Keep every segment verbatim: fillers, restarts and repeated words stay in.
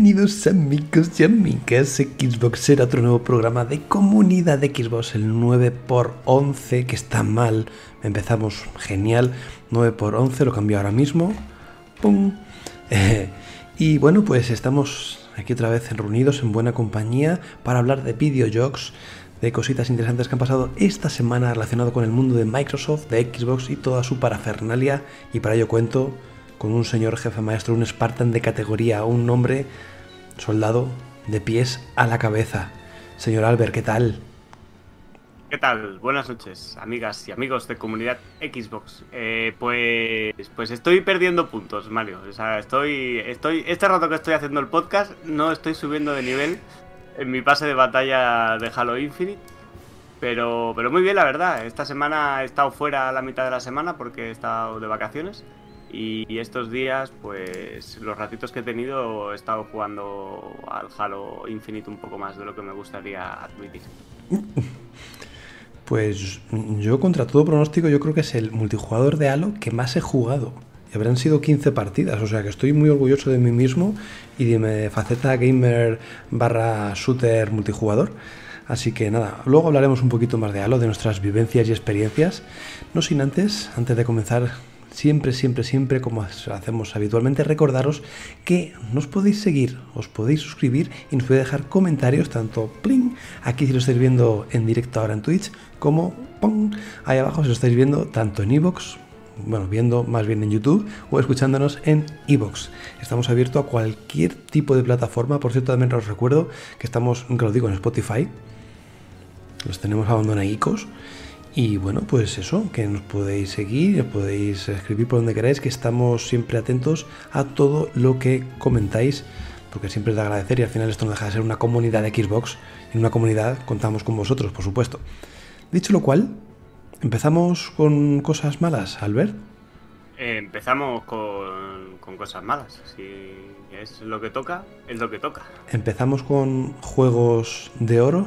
Bienvenidos amigos y amigas Xboxer a otro nuevo programa de comunidad de Xbox, el nueve por once, que está mal. Empezamos genial, nueve por once, lo cambio ahora mismo. ¡Pum! Eh, y bueno, pues estamos aquí otra vez reunidos en buena compañía para hablar de videojuegos, de cositas interesantes que han pasado esta semana relacionado con el mundo de Microsoft, de Xbox y toda su parafernalia. Y para ello cuento con un señor jefe maestro, un Spartan de categoría, un hombre soldado de pies a la cabeza. Señor Albert, ¿qué tal? ¿Qué tal? Buenas noches, amigas y amigos de comunidad Xbox. Eh, pues, pues estoy perdiendo puntos, Mario. O sea, estoy, estoy, este rato que estoy haciendo el podcast, no estoy subiendo de nivel en mi pase de batalla de Halo Infinite. Pero, pero muy bien, la verdad. Esta semana he estado fuera la mitad de la semana porque he estado de vacaciones. Y estos días, pues los ratitos que he tenido, he estado jugando al Halo Infinite un poco más de lo que me gustaría admitir. Pues yo, contra todo pronóstico, yo creo que es el multijugador de Halo que más he jugado. Y habrán sido quince partidas, o sea que estoy muy orgulloso de mí mismo y de mi faceta gamer barra shooter multijugador. Así que nada, luego hablaremos un poquito más de Halo, de nuestras vivencias y experiencias. No sin antes, antes de comenzar, siempre, siempre, siempre, como hacemos habitualmente, recordaros que nos podéis seguir, os podéis suscribir y nos podéis dejar comentarios, tanto pling, aquí si lo estáis viendo en directo ahora en Twitch, como pong, ahí abajo si lo estáis viendo tanto en iVoox, bueno, viendo más bien en YouTube, o escuchándonos en iVoox. Estamos abiertos a cualquier tipo de plataforma. Por cierto, también os recuerdo que estamos, nunca lo digo, en Spotify. Los tenemos abandonadicos. Y bueno, pues eso, que nos podéis seguir, os podéis escribir por donde queráis, que estamos siempre atentos a todo lo que comentáis, porque siempre es de agradecer y al final esto no deja de ser una comunidad de Xbox. Y en una comunidad contamos con vosotros, por supuesto. Dicho lo cual, empezamos con cosas malas, Albert. Eh, empezamos con, con cosas malas. Si es lo que toca, es lo que toca. Empezamos con juegos de oro.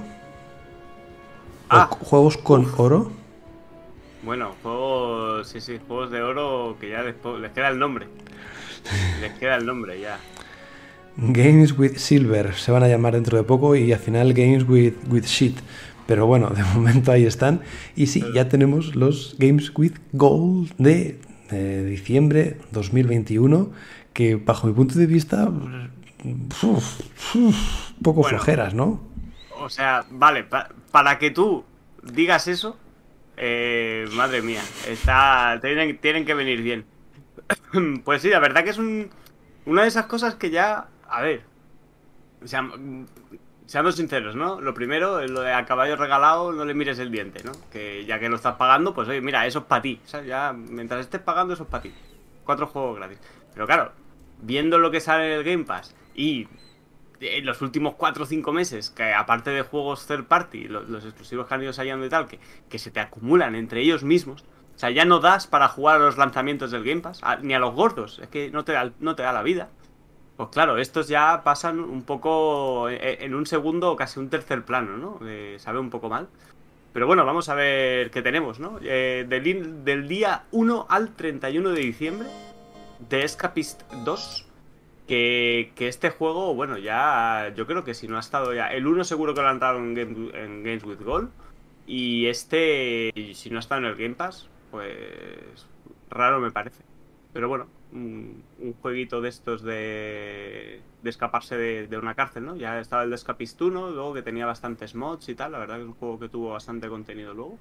Ah, o juegos con uf. oro. Bueno, juegos, sí, sí, juegos de oro que ya después les queda el nombre. Les queda el nombre ya. Games with Silver se van a llamar dentro de poco y al final Games with, with Shit. Pero bueno, de momento ahí están. Y sí, ya tenemos los Games with Gold de, de diciembre dos mil veintiuno, que bajo mi punto de vista, uf, uf, poco Bueno, flojeras, ¿no? O sea, vale, pa- para que tú digas eso, eh, madre mía, está, tienen, tienen que venir bien. Pues sí, la verdad que es un, una de esas cosas que ya, a ver, o sea, mm, seamos sinceros, ¿no? Lo primero, lo de a caballo regalado, no le mires el diente, ¿no? Que ya que lo estás pagando, pues oye, mira, eso es para ti, ¿sabes? Ya, mientras estés pagando, eso es para ti. Cuatro juegos gratis. Pero claro, viendo lo que sale en el Game Pass y en los últimos cuatro o cinco meses, que aparte de juegos third party, los, los exclusivos que han ido saliendo y tal, que, que se te acumulan entre ellos mismos. O sea, ya no das para jugar a los lanzamientos del Game Pass, a- ni a los gordos, es que no te da, no te da la vida. Pues claro, estos ya pasan un poco en, en un segundo o casi un tercer plano, ¿no? Eh, sabe un poco mal. Pero bueno, vamos a ver qué tenemos, ¿no? Eh, del, in- del día uno al treinta y uno de diciembre, The Escapist dos. Que, que este juego, bueno, ya yo creo que si no ha estado ya. El uno seguro que lo han entrado en, Game- en Games with Gold. Y este, si no ha estado en el Game Pass, pues raro me parece. Pero bueno, un, un jueguito de estos de, de escaparse de, de una cárcel, ¿no? Ya estaba el de Escapist uno, luego que tenía bastantes mods y tal. La verdad que es un juego que tuvo bastante contenido luego.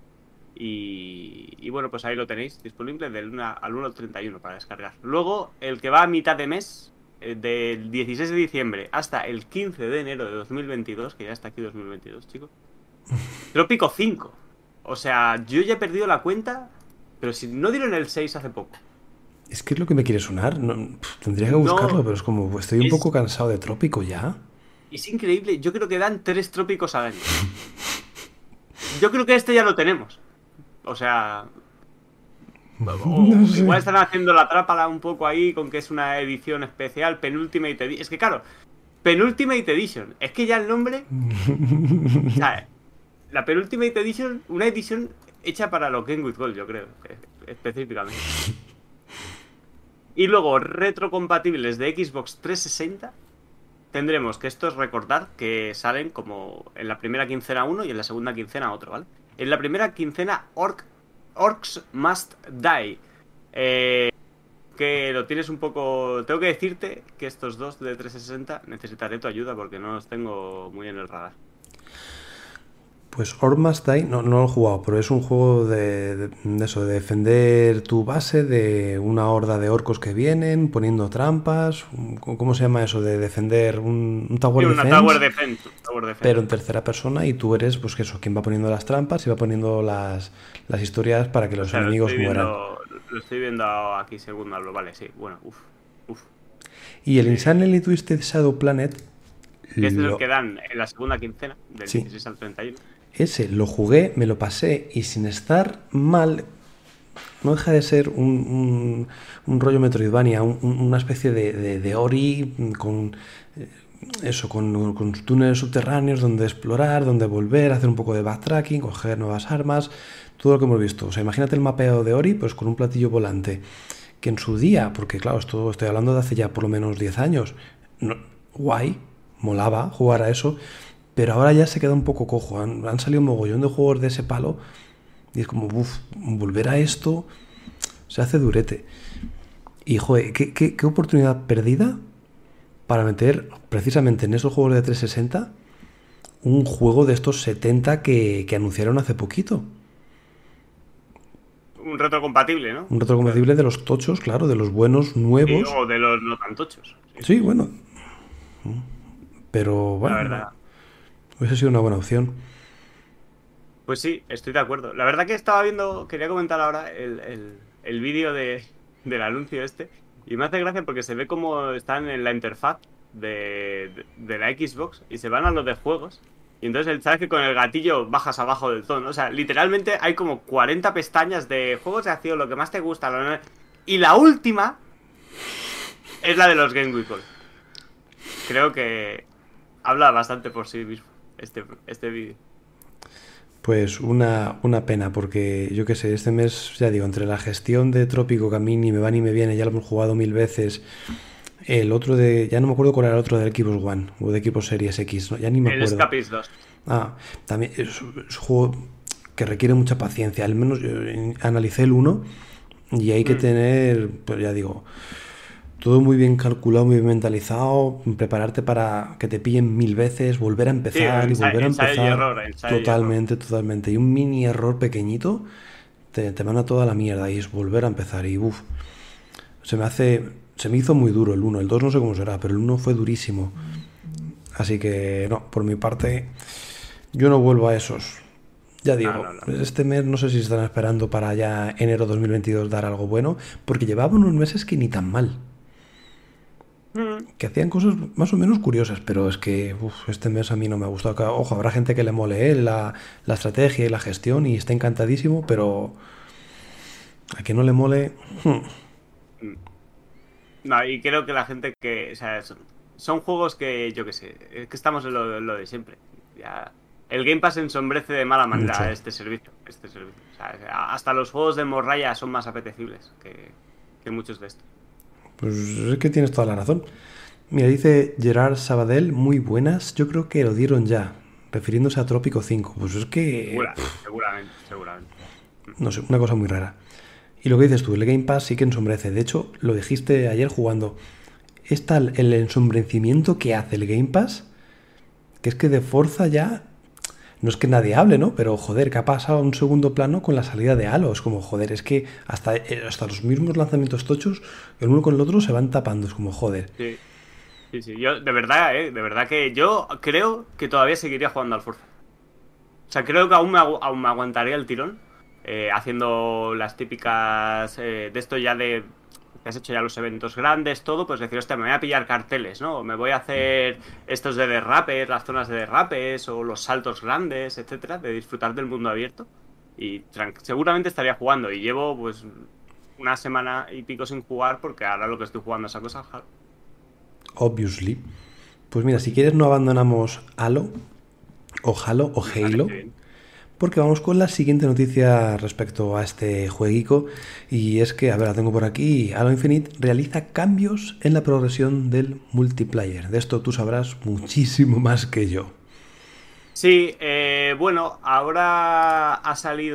Y, y bueno, pues ahí lo tenéis disponible del uno al uno al treinta y uno para descargar. Luego, el que va a mitad de mes, eh, del dieciséis de diciembre hasta el quince de enero de dos mil veintidós, que ya está aquí dos mil veintidós, chicos. Trópico cinco. O sea, yo ya he perdido la cuenta, pero si no dieron el seis hace poco. Es que es lo que me quiere sonar. No, pf, tendría que buscarlo, No, pero es como, pues, estoy un poco es, cansado de Trópico ya. es increíble. Yo creo que dan tres trópicos al año. Yo creo que este ya lo tenemos. O sea, No O sé. igual están haciendo la trápala un poco ahí con que es una edición especial, Penultimate Edition. Es que claro, Penultimate Edition. Es que ya el nombre. O sea, la Penultimate Edition, una edición hecha para los Game with Gold, yo creo, específicamente. Y luego retrocompatibles de Xbox trescientos sesenta tendremos que esto es recordar que salen como en la primera quincena uno y en la segunda quincena otro, ¿vale? En la primera quincena, Orc, Orcs Must Die. Eh, que lo tienes un poco... Tengo que decirte que estos dos de trescientos sesenta necesitaré tu ayuda porque no los tengo muy en el radar. Pues Orc Must Die no, no lo he jugado, pero es un juego de, de, de eso, de defender tu base de una horda de orcos que vienen, poniendo trampas. ¿Cómo se llama eso? De defender un, un tower, sí, una defense, tower defense, tower defense. Pero en tercera persona y tú eres, pues que eso, quien va poniendo las trampas y va poniendo las, las historias para que los o sea, enemigos lo mueran. Viendo, lo estoy viendo aquí según hablo, vale, sí, bueno, uff, uff. Y el sí. Insanely Twisted Shadow Planet... Que este lo... es el que dan en la segunda quincena, del sí. dieciséis al treinta y uno. Ese lo jugué, me lo pasé y sin estar mal, no deja de ser un, un, un rollo Metroidvania, un, una especie de, de, de Ori con eso, con, con túneles subterráneos donde explorar, donde volver, hacer un poco de backtracking, coger nuevas armas, todo lo que hemos visto. O sea, imagínate el mapeo de Ori pues con un platillo volante, que en su día, porque claro, esto estoy hablando de hace ya por lo menos diez años, no, guay, molaba jugar a eso. Pero ahora ya se queda un poco cojo. Han, han salido un mogollón de juegos de ese palo. Y es como, uff, volver a esto se hace durete. Y, joder, ¿qué, qué, qué oportunidad perdida para meter precisamente en esos juegos de trescientos sesenta un juego de estos setenta que, que anunciaron hace poquito. Un retrocompatible, ¿no? Un retrocompatible claro. De los tochos, claro, de los buenos, nuevos. Sí, o de los no tan tochos. Sí, sí bueno. Pero, bueno. La verdad. Hubiese sido una buena opción. Pues sí, estoy de acuerdo. La verdad que estaba viendo, quería comentar ahora el, el, el vídeo de, del anuncio este. Y me hace gracia porque se ve como están en la interfaz de, de, de la Xbox y se van a los de juegos. Y entonces sabes que con el gatillo bajas abajo del todo, ¿no? O sea, literalmente hay como cuarenta pestañas de juegos de acción, lo que más te gusta. Lo... Y la última es la de los Game Recall. Creo que habla bastante por sí mismo. Este, este vídeo. Pues una, una pena, porque yo qué sé, este mes, ya digo, entre la gestión de Trópico, que a mí ni me va ni me viene, ya lo hemos jugado mil veces. El otro de, ya no me acuerdo cuál era el otro del Xbox One, o de Xbox Series X, ¿no? Ya ni me acuerdo. El Escapist dos. Ah, también es, es un juego que requiere mucha paciencia. Al menos yo analicé el uno y hay que mm. tener, pues ya digo, todo muy bien calculado, muy bien mentalizado, prepararte para que te pillen mil veces, volver a empezar sí, y volver a empezar. Y error, totalmente, y error. totalmente. Y un mini error pequeñito te, te manda toda la mierda y es volver a empezar. Y uff, se me hace, se me hizo muy duro el uno. El dos no sé cómo será, pero el uno fue durísimo. Así que no, por mi parte, yo no vuelvo a esos. Ya digo, no, no, no. Este mes no sé si están esperando para ya enero dos mil veintidós dar algo bueno, porque llevaban unos meses que ni tan mal. Que hacían cosas más o menos curiosas, pero es que uf, este mes a mí no me ha gustado. Ojo, habrá gente que le mole ¿eh? la, la estrategia y la gestión y está encantadísimo, pero a que no le mole... No, y creo que la gente que... O sea, son, son juegos que, yo qué sé, es que estamos en lo, en lo de siempre. Ya, el Game Pass ensombrece de mala manera Mucho. este servicio. Este servicio. O sea, hasta los juegos de morralla son más apetecibles que, que muchos de estos. Pues es que tienes toda la razón. Mira, dice Gerard Sabadell, muy buenas. Yo creo que lo dieron ya, refiriéndose a Trópico cinco. Pues es que... Segura, seguramente, seguramente. No sé, una cosa muy rara. Y lo que dices tú, el Game Pass sí que ensombrece. De hecho, lo dijiste ayer jugando. Está el ensombrecimiento que hace el Game Pass, que es que de Forza ya... No es que nadie hable, ¿no? Pero, joder, que ha pasado a un segundo plano con la salida de Halo. Es como, joder, es que hasta, hasta los mismos lanzamientos tochos, el uno con el otro se van tapando. Es como, joder. Sí, sí, sí. Yo, de verdad, ¿eh? De verdad que yo creo que todavía seguiría jugando al Forza. O sea, creo que aún me, aún me aguantaría el tirón. Eh, haciendo las típicas... Eh, de esto ya de... que has hecho ya los eventos grandes, todo, pues decir, hostia, me voy a pillar carteles, ¿no? Me voy a hacer estos de derrapes, las zonas de derrapes, o los saltos grandes, etcétera, de disfrutar del mundo abierto. Y seguramente estaría jugando. Y llevo, pues, una semana y pico sin jugar, porque ahora lo que estoy jugando es a cosas Halo. Obviously. Pues mira, si quieres no abandonamos Halo, o Halo, o Halo, porque vamos con la siguiente noticia respecto a este jueguico, y es que, a ver, la tengo por aquí, Halo Infinite realiza cambios en la progresión del multiplayer. De esto tú sabrás muchísimo más que yo. Sí, eh, bueno, ahora ha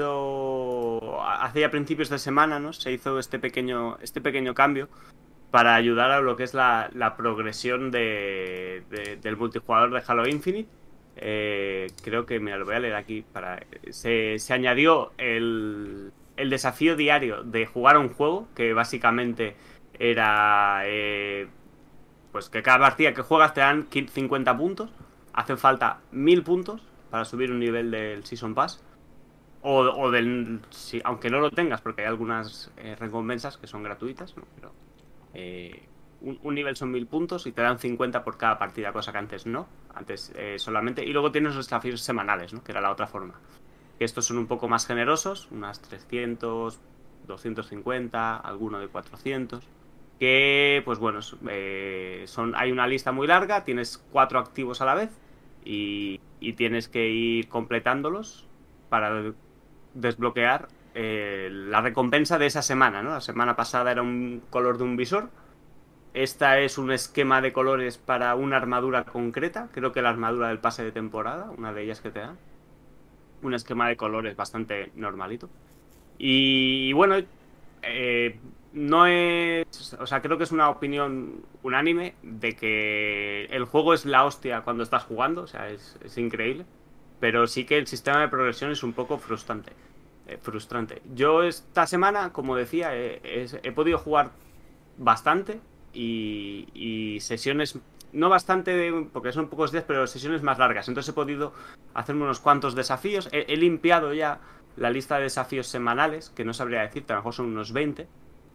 salido, hace ya principios de semana, ¿no? Se hizo este pequeño, este pequeño cambio para ayudar a lo que es la, la progresión de, de- del multijugador de Halo Infinite. Eh, creo que, mira, lo voy a leer aquí. Para, se, se añadió el, el desafío diario de jugar a un juego, que básicamente era eh, pues que cada partida que juegas te dan cincuenta puntos. Hacen falta mil puntos para subir un nivel del Season Pass. O, o del. Si, aunque no lo tengas, porque hay algunas eh, recompensas que son gratuitas, ¿no? Pero eh, un, un nivel son mil puntos y te dan cincuenta por cada partida, cosa que antes no. Antes eh, solamente. Y luego tienes los desafíos semanales, ¿no? Que era la otra forma. Estos son un poco más generosos, unas trescientos, doscientos cincuenta, alguno de cuatrocientos. Que, pues bueno, eh, son, hay una lista muy larga, tienes cuatro activos a la vez y, y tienes que ir completándolos para desbloquear eh, la recompensa de esa semana, ¿no? La semana pasada era un color de un visor. Esta es un esquema de colores para una armadura concreta. Creo que la armadura del pase de temporada, una de ellas que te dan. Un esquema de colores bastante normalito. Y, y bueno, eh, no es... O sea, creo que es una opinión unánime de que el juego es la hostia cuando estás jugando. O sea, es, es increíble. Pero sí que el sistema de progresión es un poco frustrante. Eh, frustrante. Yo esta semana, como decía, he, he- he podido jugar bastante y, y sesiones, no bastante, de- porque son pocos días, pero sesiones más largas. Entonces he podido hacerme unos cuantos desafíos. He, he limpiado ya la lista de desafíos semanales, que no sabría decirte, a lo mejor son unos veinte.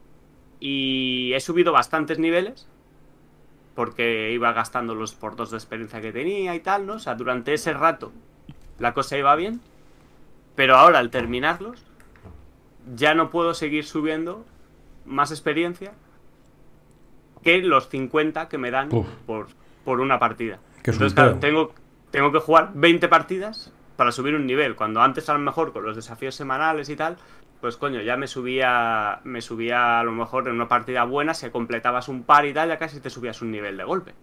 Y he subido bastantes niveles, porque iba gastando los por dos de experiencia que tenía y tal, ¿no? O sea, durante ese rato la cosa iba bien. Pero ahora, al terminarlos, ya no puedo seguir subiendo más experiencia que los cincuenta que me dan Uf, por, por una partida. que es un Entonces, claro, peo. tengo, tengo que jugar veinte partidas para subir un nivel. Cuando antes, a lo mejor, con los desafíos semanales y tal, pues coño, ya me subía, me subía a lo mejor en una partida buena, si completabas un par y tal, ya casi te subías un nivel de golpe.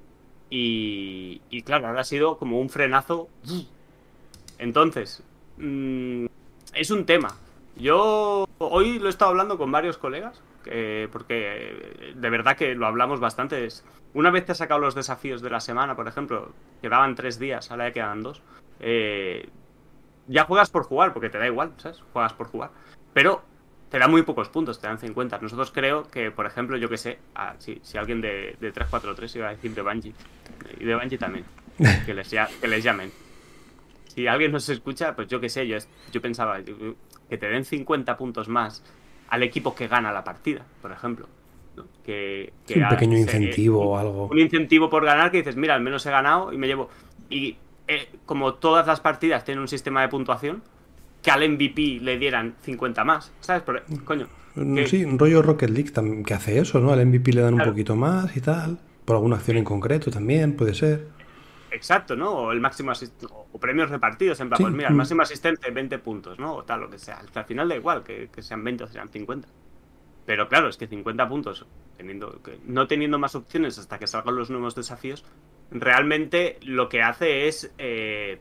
Y, y claro, ahora ha sido como un frenazo. Entonces, mmm, es un tema. Yo hoy lo he estado hablando con varios colegas, eh, porque de verdad que lo hablamos bastante. Es, una vez te has sacado los desafíos de la semana, por ejemplo, quedaban tres días, ahora ya quedan dos. eh, ya juegas por jugar, porque te da igual, ¿sabes? Juegas por jugar. Pero te dan muy pocos puntos, te dan cincuenta. Nosotros creo que, por ejemplo, yo que sé, ah, si, si alguien de, de tres cuatro tres iba a decir de Bungie, y de Bungie también, que les, ya- que les llamen. Si alguien nos escucha, pues yo qué sé, yo, yo pensaba yo- que te den cincuenta puntos más al equipo que gana la partida, por ejemplo. ¿No? Que, Sí, que un a- pequeño se- incentivo un, o algo. un incentivo por ganar que dices, mira, al menos he ganado y me llevo. Y eh, como todas las partidas tienen un sistema de puntuación, que al M V P le dieran cincuenta más, ¿sabes? Pero, coño, Mm, que, Sí, un rollo Rocket League tam- que hace eso, ¿no? Al M V P le dan un claro, poquito más y tal. Por alguna acción en concreto también, puede ser. exacto, ¿no? O el máximo asist- o o premios repartidos, en plan, pues Sí, mira, el mm, máximo asistente veinte puntos, ¿no? O tal, lo que sea. Al final da igual que, que sean veinte o sean cincuenta. Pero claro, es que cincuenta puntos, teniendo, que- no teniendo más opciones hasta que salgan los nuevos desafíos, realmente lo que hace es, eh,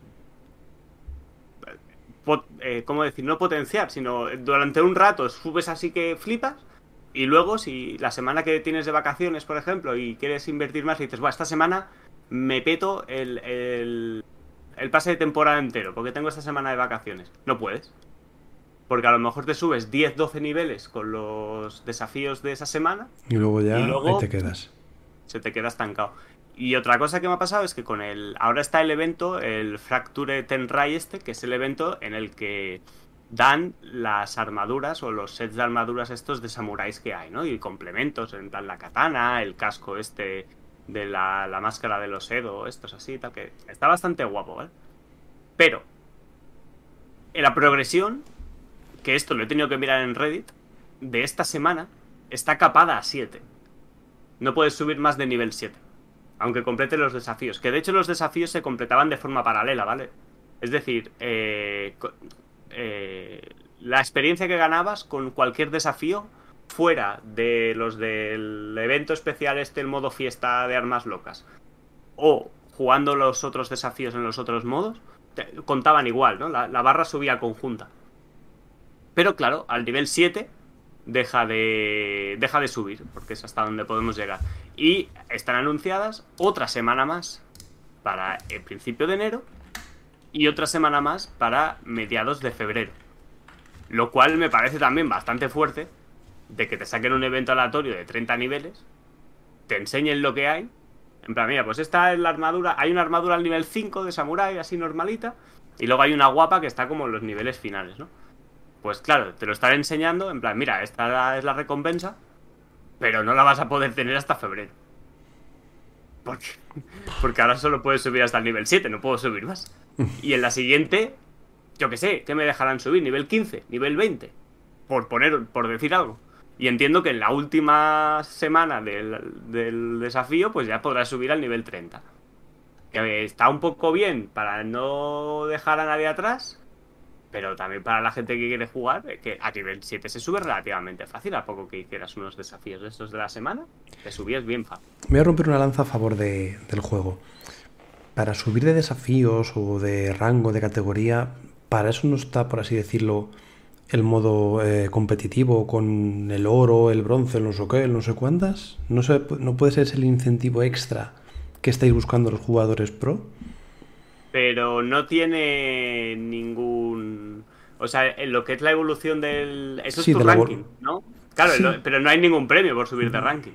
pot- eh, ¿cómo decir? No potenciar, sino durante un rato subes así que flipas y luego si la semana que tienes de vacaciones, por ejemplo, y quieres invertir más y dices, bueno, esta semana me peto el, el, el pase de temporada entero porque tengo esta semana de vacaciones. No puedes. Porque a lo mejor te subes diez doce niveles con los desafíos de esa semana y luego y ya ahí te luego quedas. se te queda estancado. Y otra cosa que me ha pasado es que con el. Ahora está el evento, el Fracture Tenrai este, que es el evento en el que dan las armaduras o los sets de armaduras estos de samuráis que hay, ¿no? Y complementos, en plan la katana, el casco este de la, la máscara de los Edo, estos así, tal, que está bastante guapo, ¿vale? Pero, en la progresión, que esto lo he tenido que mirar en Reddit, de esta semana, está capada a siete. No puedes subir más de nivel siete. Aunque complete los desafíos. Que de hecho los desafíos se completaban de forma paralela, ¿vale? Es decir, eh, co- eh, la experiencia que ganabas con cualquier desafío fuera de los del evento especial este, el modo fiesta de armas locas, o jugando los otros desafíos en los otros modos, te- contaban igual, ¿no? La, la barra subía conjunta. Pero claro, al nivel siete deja de, deja de subir, porque es hasta donde podemos llegar. Y están anunciadas otra semana más para el principio de enero y otra semana más para mediados de febrero. Lo cual me parece también bastante fuerte, de que te saquen un evento aleatorio de treinta niveles, te enseñen lo que hay. En plan, mira, pues esta es la armadura. Hay una armadura al nivel cinco de Samurai, así normalita. Y luego hay una guapa que está como en los niveles finales, ¿no? Pues claro, te lo están enseñando. En plan, mira, esta es la recompensa, pero no la vas a poder tener hasta febrero. Porque, porque ahora solo puedes subir hasta el nivel siete, no puedo subir más. Y en la siguiente, yo qué sé, ¿qué me dejarán subir? Nivel quince, nivel veinte. Por poner, por decir algo. Y entiendo que en la última semana del, del desafío, pues ya podrás subir al nivel treinta. Que está un poco bien para no dejar a nadie atrás, pero también para la gente que quiere jugar, eh, que a nivel siete se sube relativamente fácil. A poco que hicieras unos desafíos de estos de la semana, te subías bien fácil. Voy a romper una lanza a favor de- del juego. Para subir de desafíos o de rango, de categoría, para eso no está, por así decirlo, el modo eh, competitivo con el oro, el bronce, el no sé qué, el no sé cuántas. No, se- no puede ser ese el incentivo extra que estáis buscando los jugadores pro. Pero no tiene ningún... O sea, en lo que es la evolución del... Eso es Sí, tu de la ranking, bol- ¿no? Claro, en Sí, lo- pero no hay ningún premio por subir de ranking.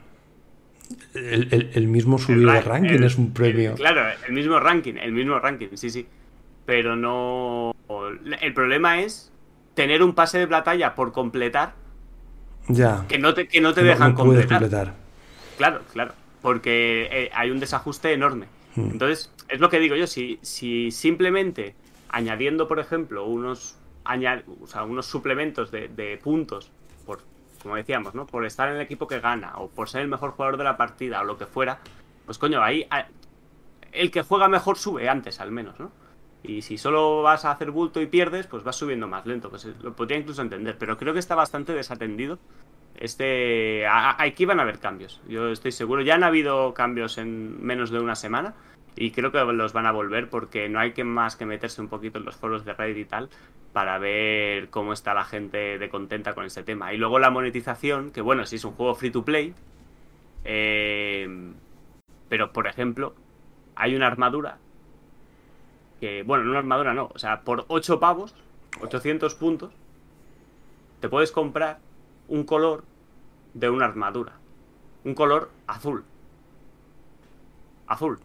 el, el- el mismo El, subir de ra- ranking el- es un el- premio. claro, el mismo ranking, el mismo ranking, sí, sí. Pero no... El problema es tener un pase de batalla por completar Ya, que no te, que no te que no, dejan no puedes completar. completar. Claro, claro. Porque eh, hay un desajuste enorme. Entonces, es lo que digo yo, si, si simplemente añadiendo, por ejemplo, unos, añad- o sea, unos suplementos de, de puntos, por, como decíamos, ¿no? Por estar en el equipo que gana, o por ser el mejor jugador de la partida, o lo que fuera, pues coño, ahí a- el que juega mejor sube antes, al menos, ¿no? Y si solo vas a hacer bulto y pierdes, pues vas subiendo más lento. Pues eh, lo podría incluso entender, pero creo que está bastante desatendido. Este, a- a- aquí van a haber cambios, yo estoy seguro. Ya han habido cambios en menos de una semana y creo que los van a volver porque no hay que más que meterse un poquito en los foros de Reddit y tal para ver cómo está la gente de contenta con este tema. Y luego la monetización, que bueno, sí es un juego free to play, eh, pero por ejemplo, hay una armadura que, bueno, no una armadura no, o sea, por ocho pavos, ochocientos puntos, te puedes comprar un color de una armadura. Un color azul. Azul.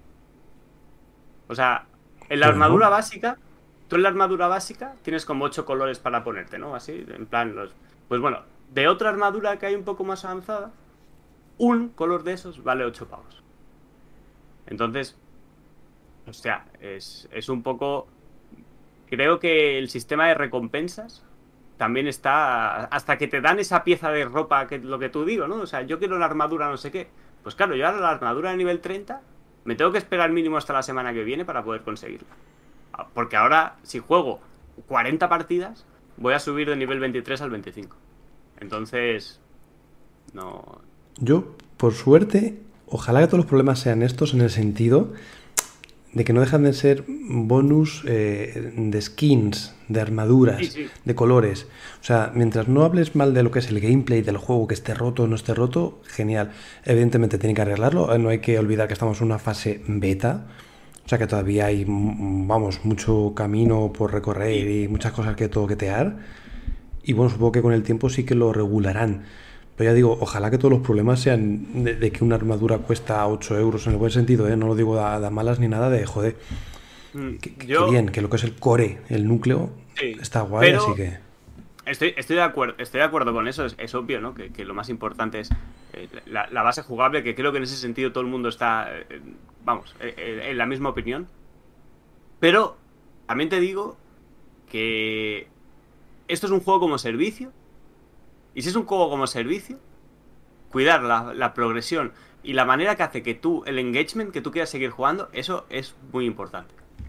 O sea, en la armadura Bueno, básica, tú en la armadura básica tienes como ocho colores para ponerte, ¿no? Así, en plan, los... Pues bueno, de otra armadura que hay un poco más avanzada, un color de esos vale ocho pavos. Entonces, o sea, es, es un poco... Creo que el sistema de recompensas también está hasta que te dan esa pieza de ropa, que lo que tú digo, ¿no? O sea, yo quiero la armadura no sé qué. Pues claro, yo ahora la armadura de nivel treinta me tengo que esperar mínimo hasta la semana que viene para poder conseguirla. Ah, porque ahora, si juego cuarenta partidas, voy a subir de nivel veintitrés al veinticinco. Entonces, no... yo, por suerte, ojalá que todos los problemas sean estos en el sentido de que no dejan de ser bonus eh, de skins, de Sí, armaduras, sí. de colores. O sea, mientras no hables mal de lo que es el gameplay del juego, que esté roto o no esté roto, genial. Evidentemente tienen que arreglarlo. eh, No hay que olvidar que estamos en una fase beta. O sea que todavía hay, mm, vamos, mucho camino por recorrer Y y muchas cosas que toquetear. Y bueno, supongo que con el tiempo sí que lo regularán. Pero ya digo, ojalá que todos los problemas sean de, de que una armadura cuesta ocho euros en el buen sentido, ¿eh? No lo digo a, a malas ni nada de joder. mm, Que, que- que yo... bien, que lo que es el core, el núcleo, Sí. está guay, así Pero que... Estoy, estoy de acuerdo, estoy de acuerdo con eso, es, es obvio, ¿no? Que, que lo más importante es eh, la, la base jugable, que creo que en ese sentido todo el mundo está, eh, vamos, eh, eh, en la misma opinión. Pero también te digo que esto es un juego como servicio, y si es un juego como servicio, cuidar la, la progresión y la manera que hace que tú, el engagement, que tú quieras seguir jugando, eso es muy importante.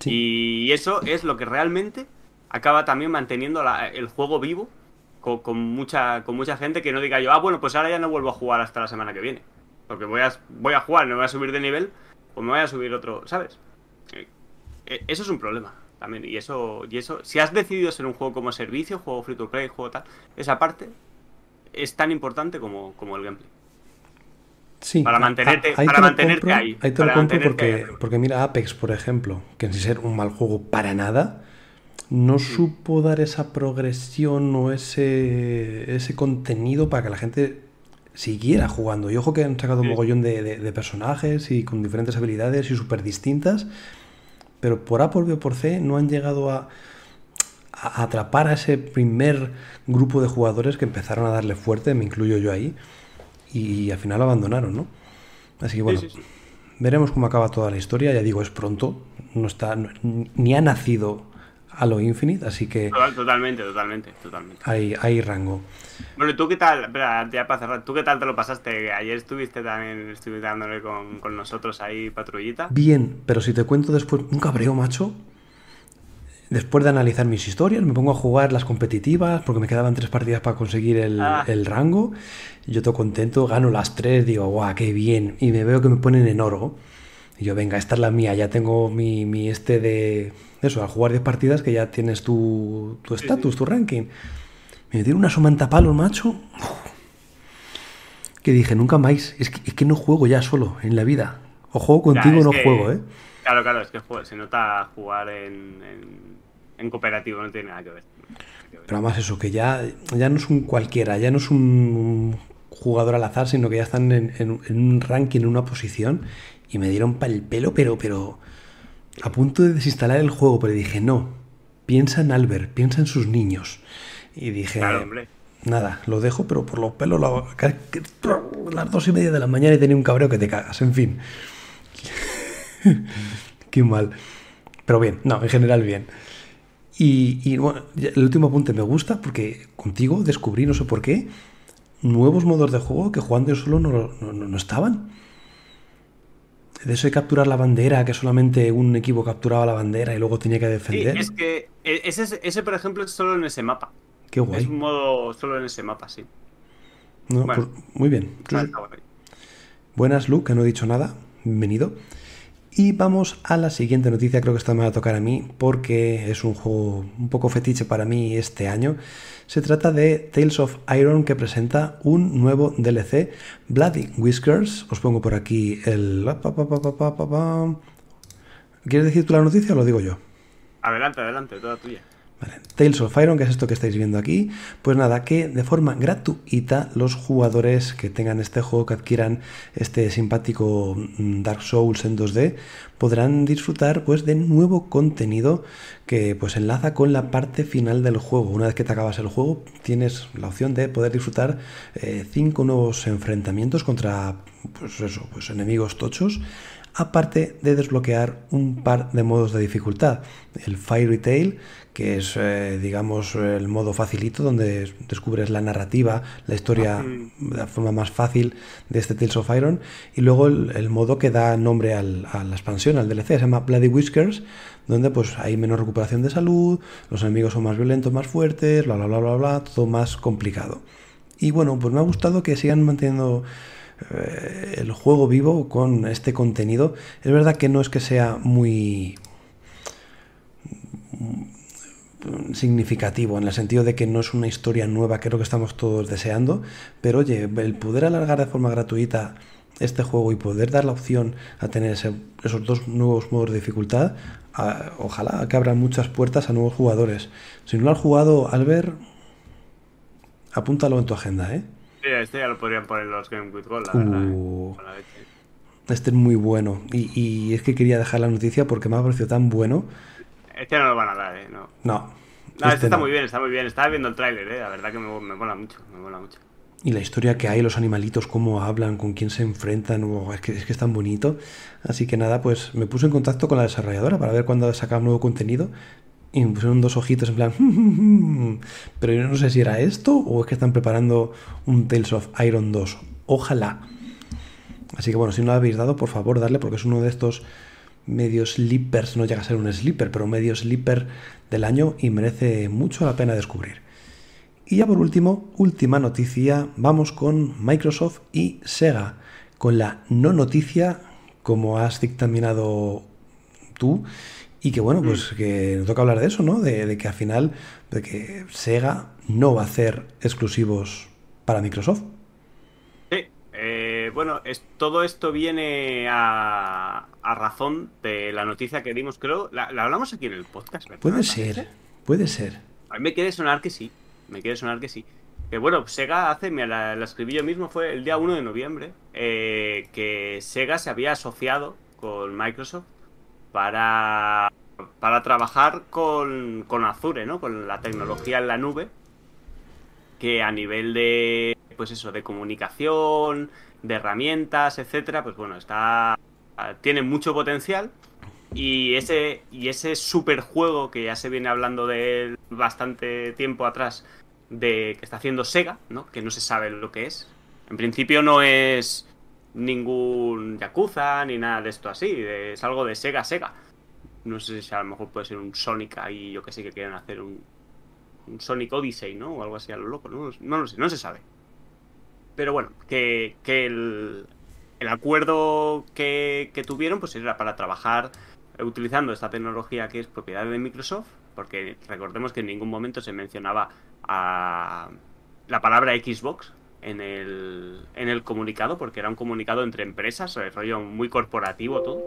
Sí. Y eso es lo que realmente acaba también manteniendo la- el juego vivo con, con mucha, con mucha gente que no diga yo, ah, bueno, pues ahora ya no vuelvo a jugar hasta la semana que viene. Porque voy a, voy a jugar, no voy a subir de nivel, pues me voy a subir otro, ¿sabes? Eh, eh, Eso es un problema también. Y eso, y eso, si has decidido ser un juego como servicio, juego free to play, juego tal, esa parte es tan importante como, como el gameplay. Sí, Para a- mantenerte, a- ahí para te lo mantenerte compro, ahí. ahí te lo Para compro mantenerte ahí porque, arriba. porque mira, Apex, por ejemplo, que sin ser un mal juego para nada, no Mm, supo dar esa progresión o ese, ese contenido para que la gente siguiera jugando. Y ojo que han sacado un sí, sí. mogollón de, de- de personajes y con diferentes habilidades y súper distintas, pero por A, por B o por C no han llegado a, a atrapar a ese primer grupo de jugadores que empezaron a darle fuerte, me incluyo yo ahí, y al final abandonaron, ¿no? Así que Sí, bueno, sí, sí. veremos cómo acaba toda la historia. Ya digo, es pronto, no está, no- ni ha nacido Halo Infinite, así que Total- Totalmente, totalmente, totalmente. hay, hay rango. Bueno, ¿y tú qué tal? Espera, ya para cerrar, ¿tú qué tal te lo pasaste? Ayer estuviste también, estuviste dándole con, con nosotros ahí patrullita. Bien, pero si te cuento después un cabreo, macho, después de analizar mis historias, me pongo a jugar las competitivas porque me quedaban tres partidas para conseguir el, Ah, el rango. Yo todo contento, gano las tres, digo, guau, qué bien. Y me veo que me ponen en oro. Y yo, venga, esta es la mía, ya tengo mi, mi este de... Eso, al jugar diez partidas que ya tienes tu tu sí, sí. estatus, tu ranking. Me dieron una somantapalo, macho, que dije, nunca más. Es que, es que no juego ya solo en la vida. O juego Ya, contigo o es no juego, que, ¿eh? claro, claro, es que jue- se nota jugar en, en, en cooperativo, no tiene nada que ver. No tiene nada que ver. Pero además eso, que ya, ya no es un cualquiera, ya no es un jugador al azar, sino que ya están en, en- en un ranking, en una posición, y me dieron para el pelo, pero, pero a punto de desinstalar el juego, pero dije, no, piensa en Albert, piensa en sus niños. Y Claro, dije, hombre. nada, lo dejo, pero por los pelos, la- que- que- las dos y media de la mañana y tenía un cabreo que te cagas, en fin, qué mal. Pero bien, no, en general bien. Y, y, bueno, ya- el último apunte me gusta porque contigo descubrí, no sé por qué, nuevos modos de juego que jugando yo solo no, no, no- no estaban. De eso de capturar la bandera, que solamente un equipo capturaba la bandera y luego tenía que Sí, defender. es que e- ese, ese, por ejemplo, es solo en ese mapa. Qué Es guay. un modo solo en ese mapa, sí. No, pues Bueno, muy bien. Sí, está, sí. está guay. Buenas, Luke, que no he dicho nada. Bienvenido. Y vamos a la siguiente noticia, creo que esta me va a tocar a mí porque es un juego un poco fetiche para mí este año. Se trata de Tales of Iron, que presenta un nuevo D L C, Bloody Whiskers. Os pongo por aquí el... ¿Quieres decir tú la noticia o lo digo yo? Adelante, adelante, toda tuya. Vale. Tales of Iron, que es esto que estáis viendo aquí, pues nada, que de forma gratuita los jugadores que tengan este juego, que adquieran este simpático mm, Dark Souls en dos D, podrán disfrutar pues de nuevo contenido que pues enlaza con la parte final del juego. Una vez que te acabas el juego, tienes la opción de poder disfrutar eh, cinco nuevos enfrentamientos contra pues eso, pues enemigos tochos, aparte de desbloquear un par de modos de dificultad. El Fairy Tail, que es, eh, digamos, el modo facilito, donde descubres la narrativa, la historia Mm, de la forma más fácil de este Tales of Iron, y luego el, el modo que da nombre al, a la expansión, al D L C, se llama Bloody Whiskers, donde pues hay menos recuperación de salud, los enemigos son más violentos, más fuertes, bla bla bla bla bla, todo más complicado. Y bueno, pues me ha gustado que sigan manteniendo eh, el juego vivo con este contenido. Es verdad que no es que sea muy significativo, en el sentido de que no es una historia nueva, que es lo que estamos todos deseando, pero oye, el poder alargar de forma gratuita este juego y poder dar la opción a tener ese, esos dos nuevos modos de dificultad, a, ojalá que abran muchas puertas a nuevos jugadores. Si no lo has jugado, Albert, apúntalo en tu agenda, ¿eh? sí, este ya lo podrían poner los Game with Gold, la verdad, ¿eh? Uh, Con la leche. este es muy bueno. Y, y es que quería dejar la noticia porque me ha parecido tan bueno. Este no lo van a dar, ¿eh? No. No, No, este este está no. muy bien, está muy bien. Estaba viendo el tráiler, ¿eh? La verdad que me, me mola mucho, me mola mucho. Y la historia que hay, los animalitos, cómo hablan, con quién se enfrentan, oh, es, que, es que es tan bonito. Así que nada, pues me puse en contacto con la desarrolladora para ver cuándo sacaba nuevo contenido. Y me pusieron dos ojitos en plan... Pero yo no sé si era esto o es que están preparando un Tales of Iron dos. Ojalá. Así que bueno, si no lo habéis dado, por favor, darle, porque es uno de estos medio sleepers, no llega a ser un sleeper, pero medio sleeper del año y merece mucho la pena descubrir. Y ya por último, última noticia, vamos con Microsoft y Sega, con la no noticia, como has dictaminado tú, y que bueno, pues que toca hablar de eso, ¿no? De, de que al final, de que Sega no va a hacer exclusivos para Microsoft. Sí, eh, bueno, es, todo esto viene a, a razón de la noticia que dimos, creo, la, la hablamos aquí en el podcast, ¿verdad? Puede ser, puede ser. A mí me quiere sonar que sí, me quiere sonar que sí. Que bueno, Sega hace, mira, la, la escribí yo mismo, fue el día uno de noviembre, eh, que Sega se había asociado con Microsoft para, para trabajar con, con Azure, ¿no? Con la tecnología en la nube, que a nivel de, pues eso, de comunicación, de herramientas, etcétera, pues bueno, está, tiene mucho potencial. Y ese, y ese superjuego que ya se viene hablando de él bastante tiempo atrás, de que está haciendo Sega, ¿no? Que no se sabe lo que es. En principio no es ningún Yakuza ni nada de esto así, es algo de Sega Sega. No sé si a lo mejor puede ser un Sonic ahí, yo que sé, que quieran hacer un, un Sonic Odyssey, ¿no? O algo así a lo loco, ¿no? No lo sé, no se sabe. Pero bueno, que, que el, el acuerdo que, que tuvieron pues era para trabajar utilizando esta tecnología que es propiedad de Microsoft, porque recordemos que en ningún momento se mencionaba a la palabra Xbox en el, en el comunicado, porque era un comunicado entre empresas, el rollo muy corporativo todo,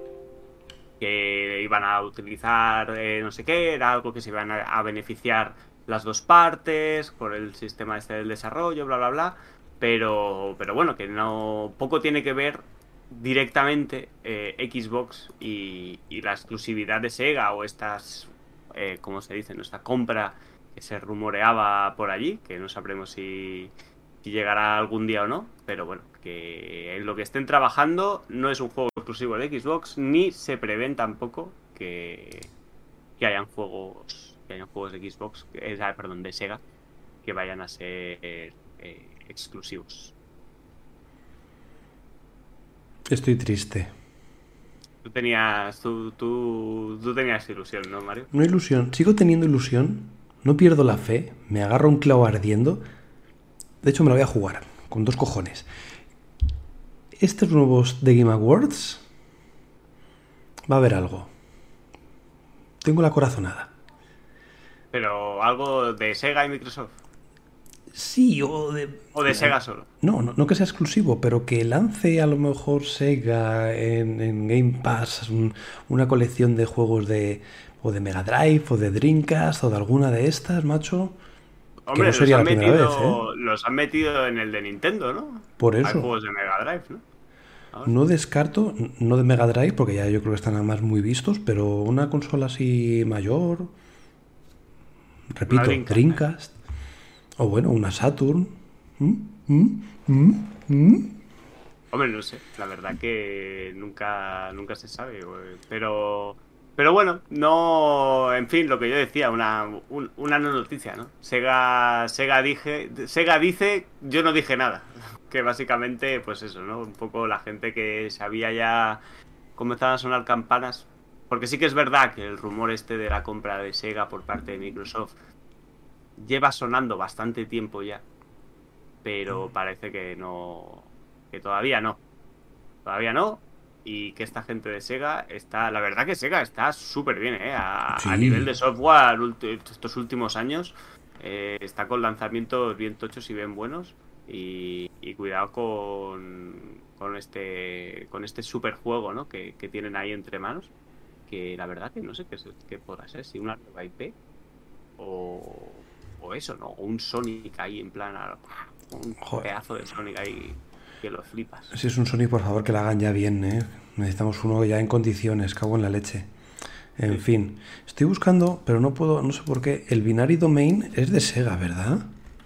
que iban a utilizar eh, no sé qué, era algo que se iban a, a beneficiar las dos partes por el sistema este del desarrollo, bla bla bla, pero, pero bueno, que no poco tiene que ver directamente eh, Xbox y, y la exclusividad de Sega o estas, eh, ¿cómo se dice? Esta compra que se rumoreaba por allí, que no sabremos si, si llegará algún día o no, pero bueno, que en lo que estén trabajando no es un juego exclusivo de Xbox, ni se prevén tampoco que, que hayan juegos que hayan juegos de Xbox, eh, perdón, de Sega, que vayan a ser eh, exclusivos. Estoy triste. Tú tenías, tú, tú, tú tenías ilusión, ¿no, Mario? No ilusión, sigo teniendo ilusión, no pierdo la fe, me agarro un clavo ardiendo. De hecho, me lo voy a jugar, con dos cojones. Estos nuevos The Game Awards va a haber algo. Tengo la corazonada. Pero algo de Sega y Microsoft. Sí, o de... O de Sega solo. No, no, no que sea exclusivo, pero que lance a lo mejor Sega en, en Game Pass un, una colección de juegos de... o de Mega Drive, o de Dreamcast, o de alguna de estas, macho. Hombre, que no sería los, han la primera metido, vez, ¿eh? los han metido en el de Nintendo, ¿no? Por eso. Hay juegos de Mega Drive, ¿no? Ahora. No descarto, no de Mega Drive, porque ya yo creo que están además muy vistos, pero una consola así mayor, repito, Dreamcast, Dreamcast, ¿eh? O bueno, una Saturn. ¿Mm? ¿Mm? ¿Mm? ¿Mm? Hombre, no sé, la verdad que nunca, nunca se sabe, pero... Pero bueno, no... En fin, lo que yo decía, una, un, una no noticia, ¿no? Sega, Sega, dije, Sega dice, yo no dije nada. Que básicamente, pues eso, ¿no? Un poco la gente que sabía ya... Comenzaban a sonar campanas. Porque sí que es verdad que el rumor este de la compra de Sega por parte de Microsoft lleva sonando bastante tiempo ya. Pero parece que no... Que todavía no. Todavía no. Y que esta gente de Sega está... La verdad que Sega está súper bien, ¿eh? A, Sí. a nivel de software estos últimos años. Eh, está con lanzamientos bien tochos y bien buenos. Y, y cuidado con, con este con este super juego, ¿no? Que, que tienen ahí entre manos. Que la verdad que no sé qué, qué podrá ser. Si una nueva I P o, o eso, ¿no? O un Sonic ahí en plan... Un Joder. pedazo de Sonic ahí que lo flipas. Si es un Sonic, por favor, que lo hagan ya bien, ¿eh? Necesitamos uno ya en condiciones, cago en la leche. En Sí. fin, estoy buscando, pero no puedo, no sé por qué. El Binary Domain es de Sega, ¿verdad?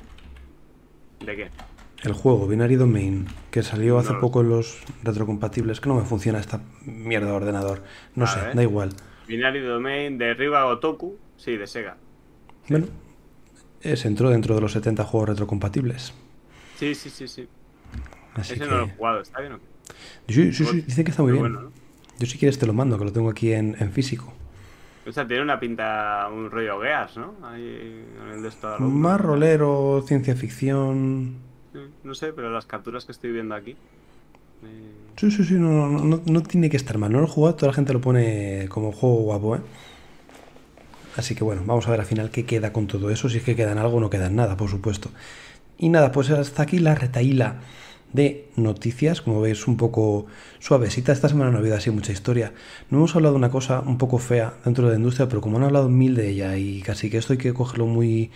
¿De qué? El juego, Binary Domain, que salió hace No lo poco en los retrocompatibles, que no me funciona esta mierda de ordenador. No A sé, ver. da igual. Binary Domain de Riva Gotoku, sí, de Sega. Bueno, es, entró dentro de los setenta juegos retrocompatibles. Sí, sí, sí, sí. Así Ese que... no lo he jugado, ¿está bien o qué? Sí, sí, sí, dicen que está muy bien. Bueno, ¿no? Yo si quieres te lo mando, que lo tengo aquí en, en físico. O sea, tiene una pinta, un rollo Gears, ¿no? Ahí en el de esto al hombro Más y tal. rolero, ciencia ficción. Sí, no sé, pero las capturas que estoy viendo aquí. eh, Sí, sí, sí, no, no, no, no tiene que estar mal. No lo he jugado, toda la gente lo pone como juego guapo, ¿eh? Así que bueno, vamos a ver al final qué queda con todo eso. Si es que queda en algo o no queda en nada, por supuesto. Y nada, pues hasta aquí la retaíla de noticias. Como veis, un poco suavecita. Esta semana no ha habido así mucha historia. No hemos hablado de una cosa un poco fea dentro de la industria, pero como han hablado mil de ella y casi que esto hay que cogerlo muy...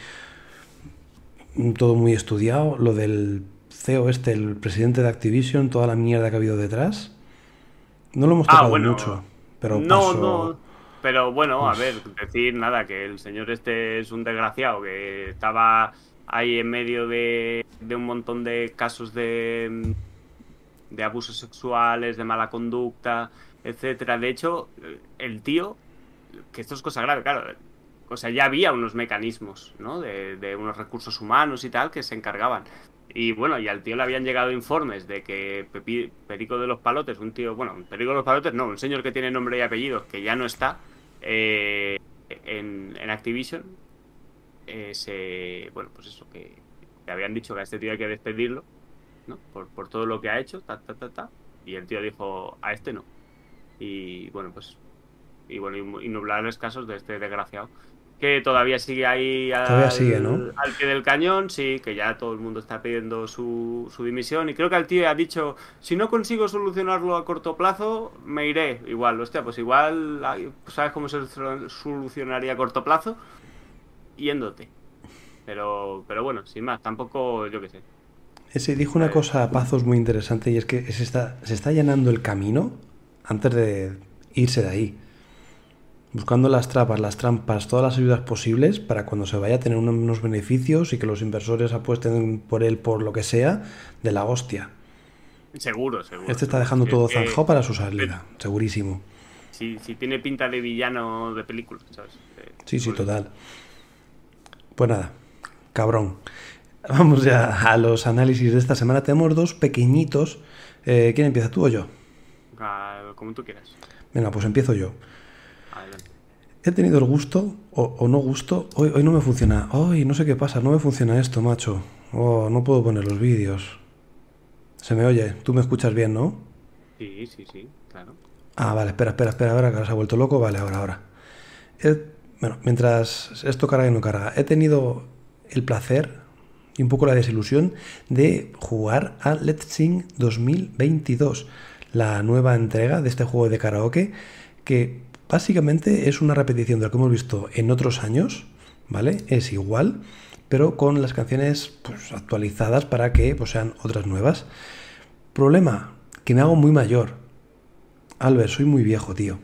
todo muy estudiado, lo del C E O este, el presidente de Activision, toda la mierda que ha habido detrás. No lo hemos Ah, tocado mucho, bueno. pero No, paso... no. Pero bueno, a Uf. ver, decir nada, que el señor este es un desgraciado, que estaba ahí en medio de, de un montón de casos de, de abusos sexuales, de mala conducta, etcétera. De hecho, el tío, que esto es cosa grave, claro. O sea, ya había unos mecanismos, ¿no? De, de unos recursos humanos y tal que se encargaban. Y bueno, y al tío le habían llegado informes de que Pepi- Perico de los Palotes, un tío, bueno, Perico de los Palotes, no, un señor que tiene nombre y apellido, que ya no está eh, en, en Activision, eh, se, bueno, pues eso, que le habían dicho que a este tío hay que despedirlo, ¿no? Por, por todo lo que ha hecho, ta, ta, ta, ta. Y el tío dijo, a este no. Y bueno, pues, y bueno, innumerables casos de este desgraciado que todavía sigue ahí Todavía sigue, ¿no? al, al pie del cañón, sí, que ya todo el mundo está pidiendo su, su dimisión. Y creo que el tío ha dicho, si no consigo solucionarlo a corto plazo, me iré. Igual, hostia, pues igual, ay, ¿sabes cómo se solucionaría a corto plazo? Yéndote. Pero, pero bueno, sin más, tampoco, yo qué sé. Ese dijo una Eh, cosa a Pazos muy interesante y es que se está, se está allanando el camino antes de irse de ahí. Buscando las trampas, las trampas, todas las ayudas posibles para cuando se vaya a tener unos beneficios y que los inversores apuesten por él por lo que sea, de la hostia. seguro, seguro, Este está seguro. dejando Si es todo que, zanjado para su pero, salida, segurísimo. si, si tiene pinta de villano de película, ¿sabes? Eh, Sí, sí, Hollywood. total. Pues nada, cabrón. Vamos ya a los análisis de esta semana. Tenemos dos pequeñitos. Eh, ¿Quién empieza, tú o yo? Ah, como tú quieras. Venga, pues empiezo yo. Adelante. He tenido el gusto o, o no gusto. Hoy, hoy no me funciona. Hoy no sé qué pasa. No me funciona esto, macho. Oh, no puedo poner los vídeos. Se me oye. Tú me escuchas bien, ¿no? Sí, sí, sí, claro. Ah, vale. Espera, espera, espera. Ahora que ahora se ha vuelto loco. Vale, ahora, ahora. He- bueno, mientras esto carga y no carga, he tenido el placer y un poco la desilusión de jugar a Let's Sing dos mil veintidós, la nueva entrega de este juego de karaoke que básicamente es una repetición de lo que hemos visto en otros años, ¿vale? Es igual, pero con las canciones pues, actualizadas para que pues, sean otras nuevas. Problema, que me hago muy mayor. Albert, soy muy viejo, tío.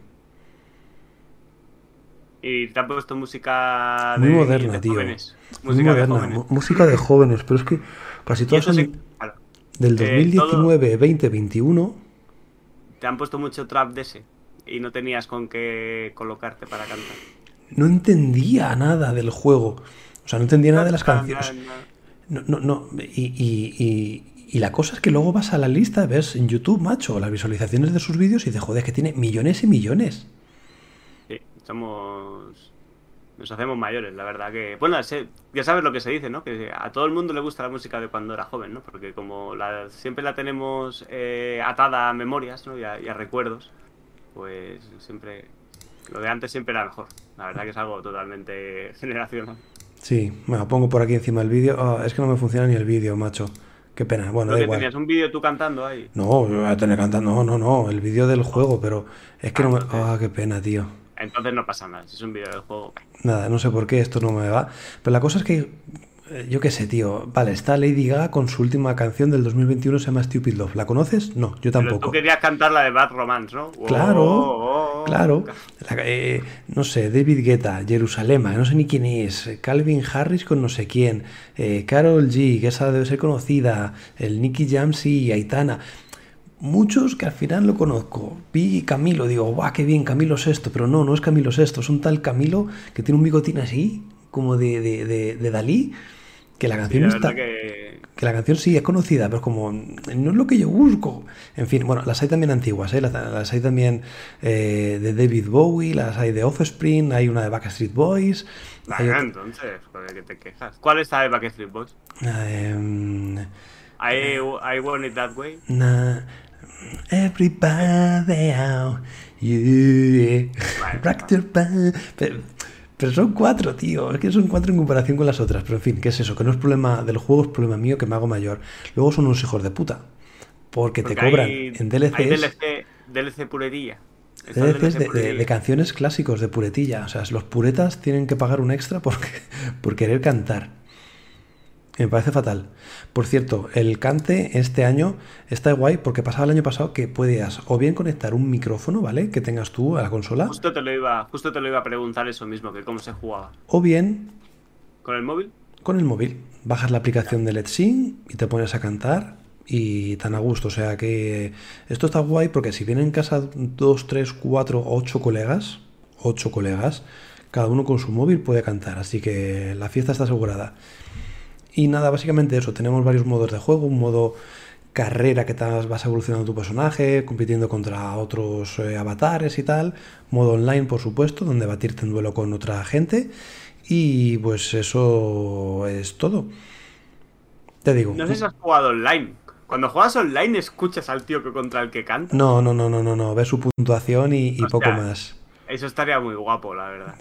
Y te han puesto música Muy de, moderna, de tío. jóvenes. Muy Música de moderna. jóvenes. mu- Música de jóvenes, pero es que casi Y todas eso sí, son claro. del Eh, todo, dos mil diecinueve, veinte, veintiuno. te han puesto mucho trap de ese. Y no tenías con qué colocarte para cantar. No entendía nada del juego. O sea, no entendía nada Na, de las na, na, canciones. na. No, no, no. Y, y- y- y la cosa es que luego vas a la lista, ves en YouTube, macho, las visualizaciones de sus vídeos y dices, joder, es que tiene millones y millones. Sí, somos... Nos hacemos mayores, la verdad que... Bueno, se- ya sabes lo que se dice, ¿no? Que a todo el mundo le gusta la música de cuando era joven, ¿no? Porque como la, siempre la tenemos eh, atada a memorias, ¿no? Y a, y a recuerdos, pues siempre... Lo de antes siempre era mejor. La verdad que es algo totalmente generacional. Sí, me la pongo por aquí encima del vídeo. Ah, es que no me funciona ni el vídeo, macho. Qué pena. Bueno, Lo da que igual. tenías un vídeo tú cantando ahí. No, yo voy a tener cantando. No, no, no. El vídeo del Oh, juego, pero es que ah, no me. entonces, Ah, qué pena, tío. entonces no pasa nada. Si es un vídeo del juego. Nada, no sé por qué esto no me va. Pero la cosa es que, eh, yo qué sé, tío. Vale, está Lady Gaga con su última canción del dos mil veintiuno, se llama Stupid Love. ¿La conoces? No, yo Pero tú tampoco. querías cantar la de Bad Romance, ¿no? Oh, Claro, oh, claro. oh. La- eh, no sé, David Guetta, Jerusalema, no sé ni quién es. eh, Calvin Harris con no sé quién. eh, Karol G, que esa debe ser conocida. El Nicky Jam, sí, Aitana. Muchos que al final lo conozco. Vi Camilo, digo, guau, qué bien, Camilo Sesto. Pero no, no es Camilo Sesto, es un tal Camilo que tiene un bigotín así, como de, de, de, de Dalí. Que la Sí, canción la está... verdad que... Que la canción sí es conocida, pero es como, no es lo que yo busco. En fin, bueno, las hay también antiguas, ¿eh? Las, las hay también eh, de David Bowie, las hay de Offspring, hay una de Backstreet Boys, hay Venga, otra... entonces, joder, que te quejas. ¿Cuál está de Backstreet Boys? em, I, I Want It That Way. na- everybody out, yeah, Vale, rock your body. Pero, pero son cuatro, tío. Es que son cuatro en comparación con las otras. Pero en fin, ¿qué es eso? Que no es problema del juego, es problema mío que me hago mayor. Luego son unos hijos de puta. Porque te porque cobran hay, en hay D L Cs, D L C, D L C purería. Está el D L Cs D L C de, de- de purería. canciones clásicos de puretilla. O sea, los puretas tienen que pagar un extra por, por querer cantar. Me parece fatal. Por cierto, el cante este año está guay porque pasaba el año pasado que podías o bien conectar un micrófono, ¿vale? Que tengas tú a la consola, Justo te lo iba, justo te lo iba a preguntar eso mismo, que cómo se jugaba. o bien ¿Con el móvil? con el móvil. Bajas la Ya. aplicación de Let's Sing y te pones a cantar y tan a gusto. O sea que esto está guay porque si vienen en casa dos, tres, cuatro, ocho colegas, ocho colegas, cada uno con su móvil puede cantar. Así que la fiesta está asegurada. Y nada, básicamente eso. Tenemos varios modos de juego. Un modo carrera que te vas evolucionando tu personaje, compitiendo contra otros eh, avatares y tal. Modo online, por supuesto, donde batirte en duelo con otra gente. Y pues eso es todo. Te digo. No sé si has jugado online. Cuando juegas online escuchas al tío que contra el que canta. No, no, no, no, no, no. Ve su puntuación y, y poco Hostia, más. eso estaría muy guapo, la verdad.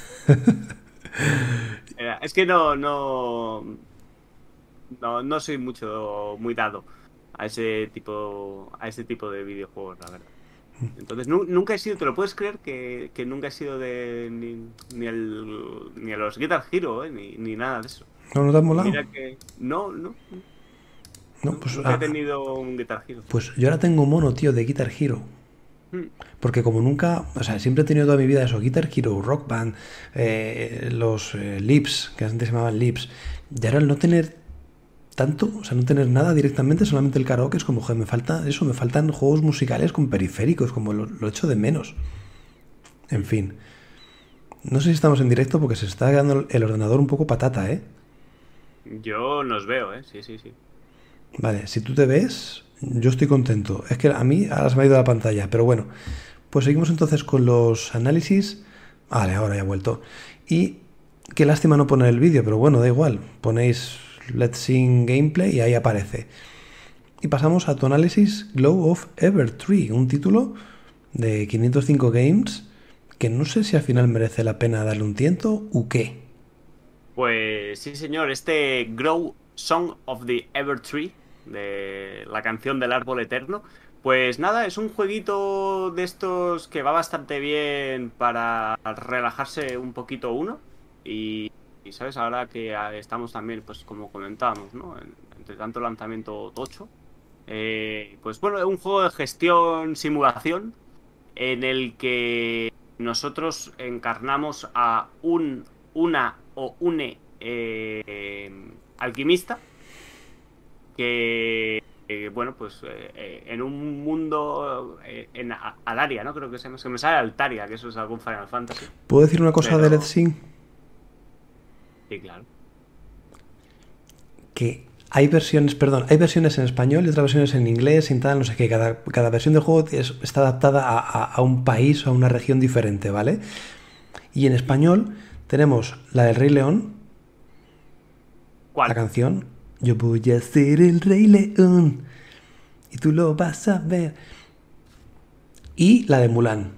Eh, Es que no, no, no, no soy mucho, muy dado a ese tipo, a ese tipo de videojuegos, la verdad. Entonces nu- nunca he sido, ¿te lo puedes creer? Que, que nunca he sido de ni, ni el ni a los Guitar Hero, eh, ni, ni nada de eso. ¿No, no te has Y molado? mira que no, no, No, no, pues, nunca he ah, tenido un Guitar Hero. pues yo ahora tengo mono, tío, de Guitar Hero. Hmm. Porque como nunca, o sea, siempre he tenido toda mi vida eso, Guitar Hero, Rock Band, eh, los eh, Lips, que antes se llamaban Lips. Y ahora el no tener tanto, o sea, no tener nada directamente, solamente el karaoke, es como, joder, me falta eso, me faltan juegos musicales con periféricos, como lo, lo echo de menos. En fin. No sé si estamos en directo porque se está quedando el ordenador un poco patata, ¿eh? Yo nos veo, eh, sí, sí, sí. Vale, si tú te ves, yo estoy contento. Es que a mí ahora se me ha ido la pantalla, pero bueno. Pues seguimos entonces con los análisis. Vale, ahora ya ha vuelto. Y qué lástima no poner el vídeo, pero bueno, da igual. Ponéis Let's Sing Gameplay y ahí aparece. Y pasamos a tu análisis Glow of Evertree, un título de quinientos cinco Games que no sé si al final merece la pena darle un tiento o qué. Pues sí, señor, este Grow Song of the Evertree, de la canción del árbol eterno, pues nada, es un jueguito de estos que va bastante bien para relajarse un poquito uno. Y, y, sabes, ahora que ah, estamos también, pues como comentábamos, ¿no? En- entre tanto lanzamiento tocho, eh, pues bueno, es un juego de gestión, simulación, en el que nosotros encarnamos a un, una o une eh, alquimista que, eh, bueno, pues eh, eh, en un mundo, eh, en a- Alaria, ¿no? Creo que se llama, se me sale Altaria, que eso es algún Final Fantasy, ¿Puedo decir una cosa de Let's pero Sing? sí, claro. Que hay versiones, perdón, hay versiones en español y otras versiones en inglés y tal, no sé qué. Cada, cada versión del juego es- está adaptada a, a- a un país o a una región diferente, ¿vale? Y en español tenemos la del Rey León, la ¿Cuál? canción Yo voy a ser el Rey León y tú lo vas a ver. Y la de Mulan.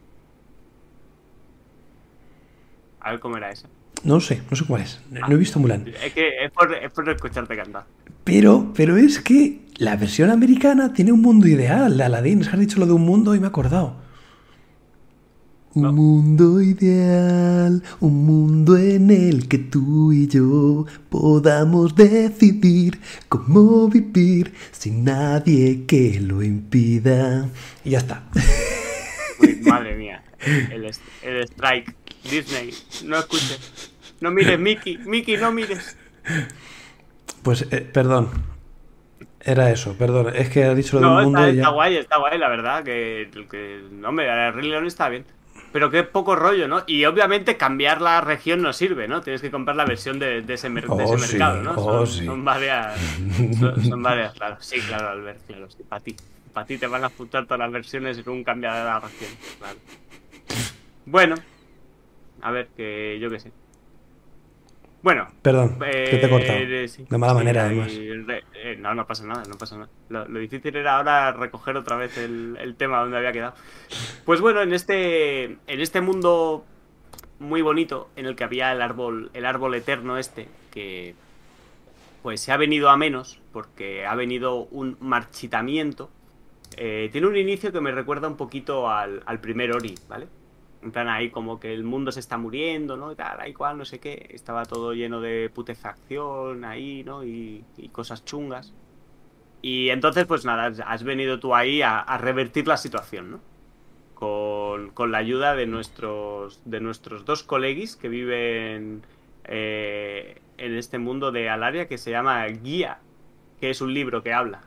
A ver cómo era esa. No sé, no sé cuál es. Ah, No he visto Mulan. es que es por, es por escucharte cantar. Pero, pero es que la versión americana tiene un mundo ideal. La Aladdin, es que has dicho lo de un mundo y me he acordado. Un ¿No? mundo ideal, un mundo en el que tú y yo podamos decidir cómo vivir sin nadie que lo impida. Y ya está. Uy, madre mía. El, est- el strike. Disney. No escuches. No mires, Mickey. Mickey, no mires. Pues, eh, perdón. Era eso, perdón. Es que has dicho lo de No, un mundo está, y está ya. guay, está guay, la verdad. Que, que no, hombre, el Rey León está bien. Pero qué poco rollo, ¿no? Y obviamente cambiar la región no sirve, ¿no? Tienes que comprar la versión de, de ese, mer- de Oh, ese sí, mercado, ¿no? oh, Son, sí. son varias. Son, son varias, claro. Sí, claro, Albert, claro. Sí, para ti. Para ti te van a ajustar todas las versiones según cambia la región. Claro. Bueno, a ver, que yo qué sé. Bueno, Perdón, que te he cortado. eh, sí, De mala sí, manera, además. ahí, re- eh, no, no pasa nada, no pasa nada. Lo, lo difícil era ahora recoger otra vez el, el tema donde había quedado. Pues bueno, en este, en este mundo muy bonito en el que había el árbol, el árbol eterno este, que pues se ha venido a menos porque ha venido un marchitamiento. Eh, tiene un inicio que me recuerda un poquito al, al primer Ori, ¿vale? En plan ahí como que el mundo se está muriendo, ¿no? Y tal, ahí cual, no sé qué. Estaba todo lleno de putefacción ahí, ¿no? Y, y cosas chungas. Y entonces, pues nada, has venido tú ahí a, a revertir la situación, ¿no? Con, con la ayuda de nuestros, de nuestros dos colegis que viven eh, en este mundo de Alaria que se llama Guía, que es un libro que habla.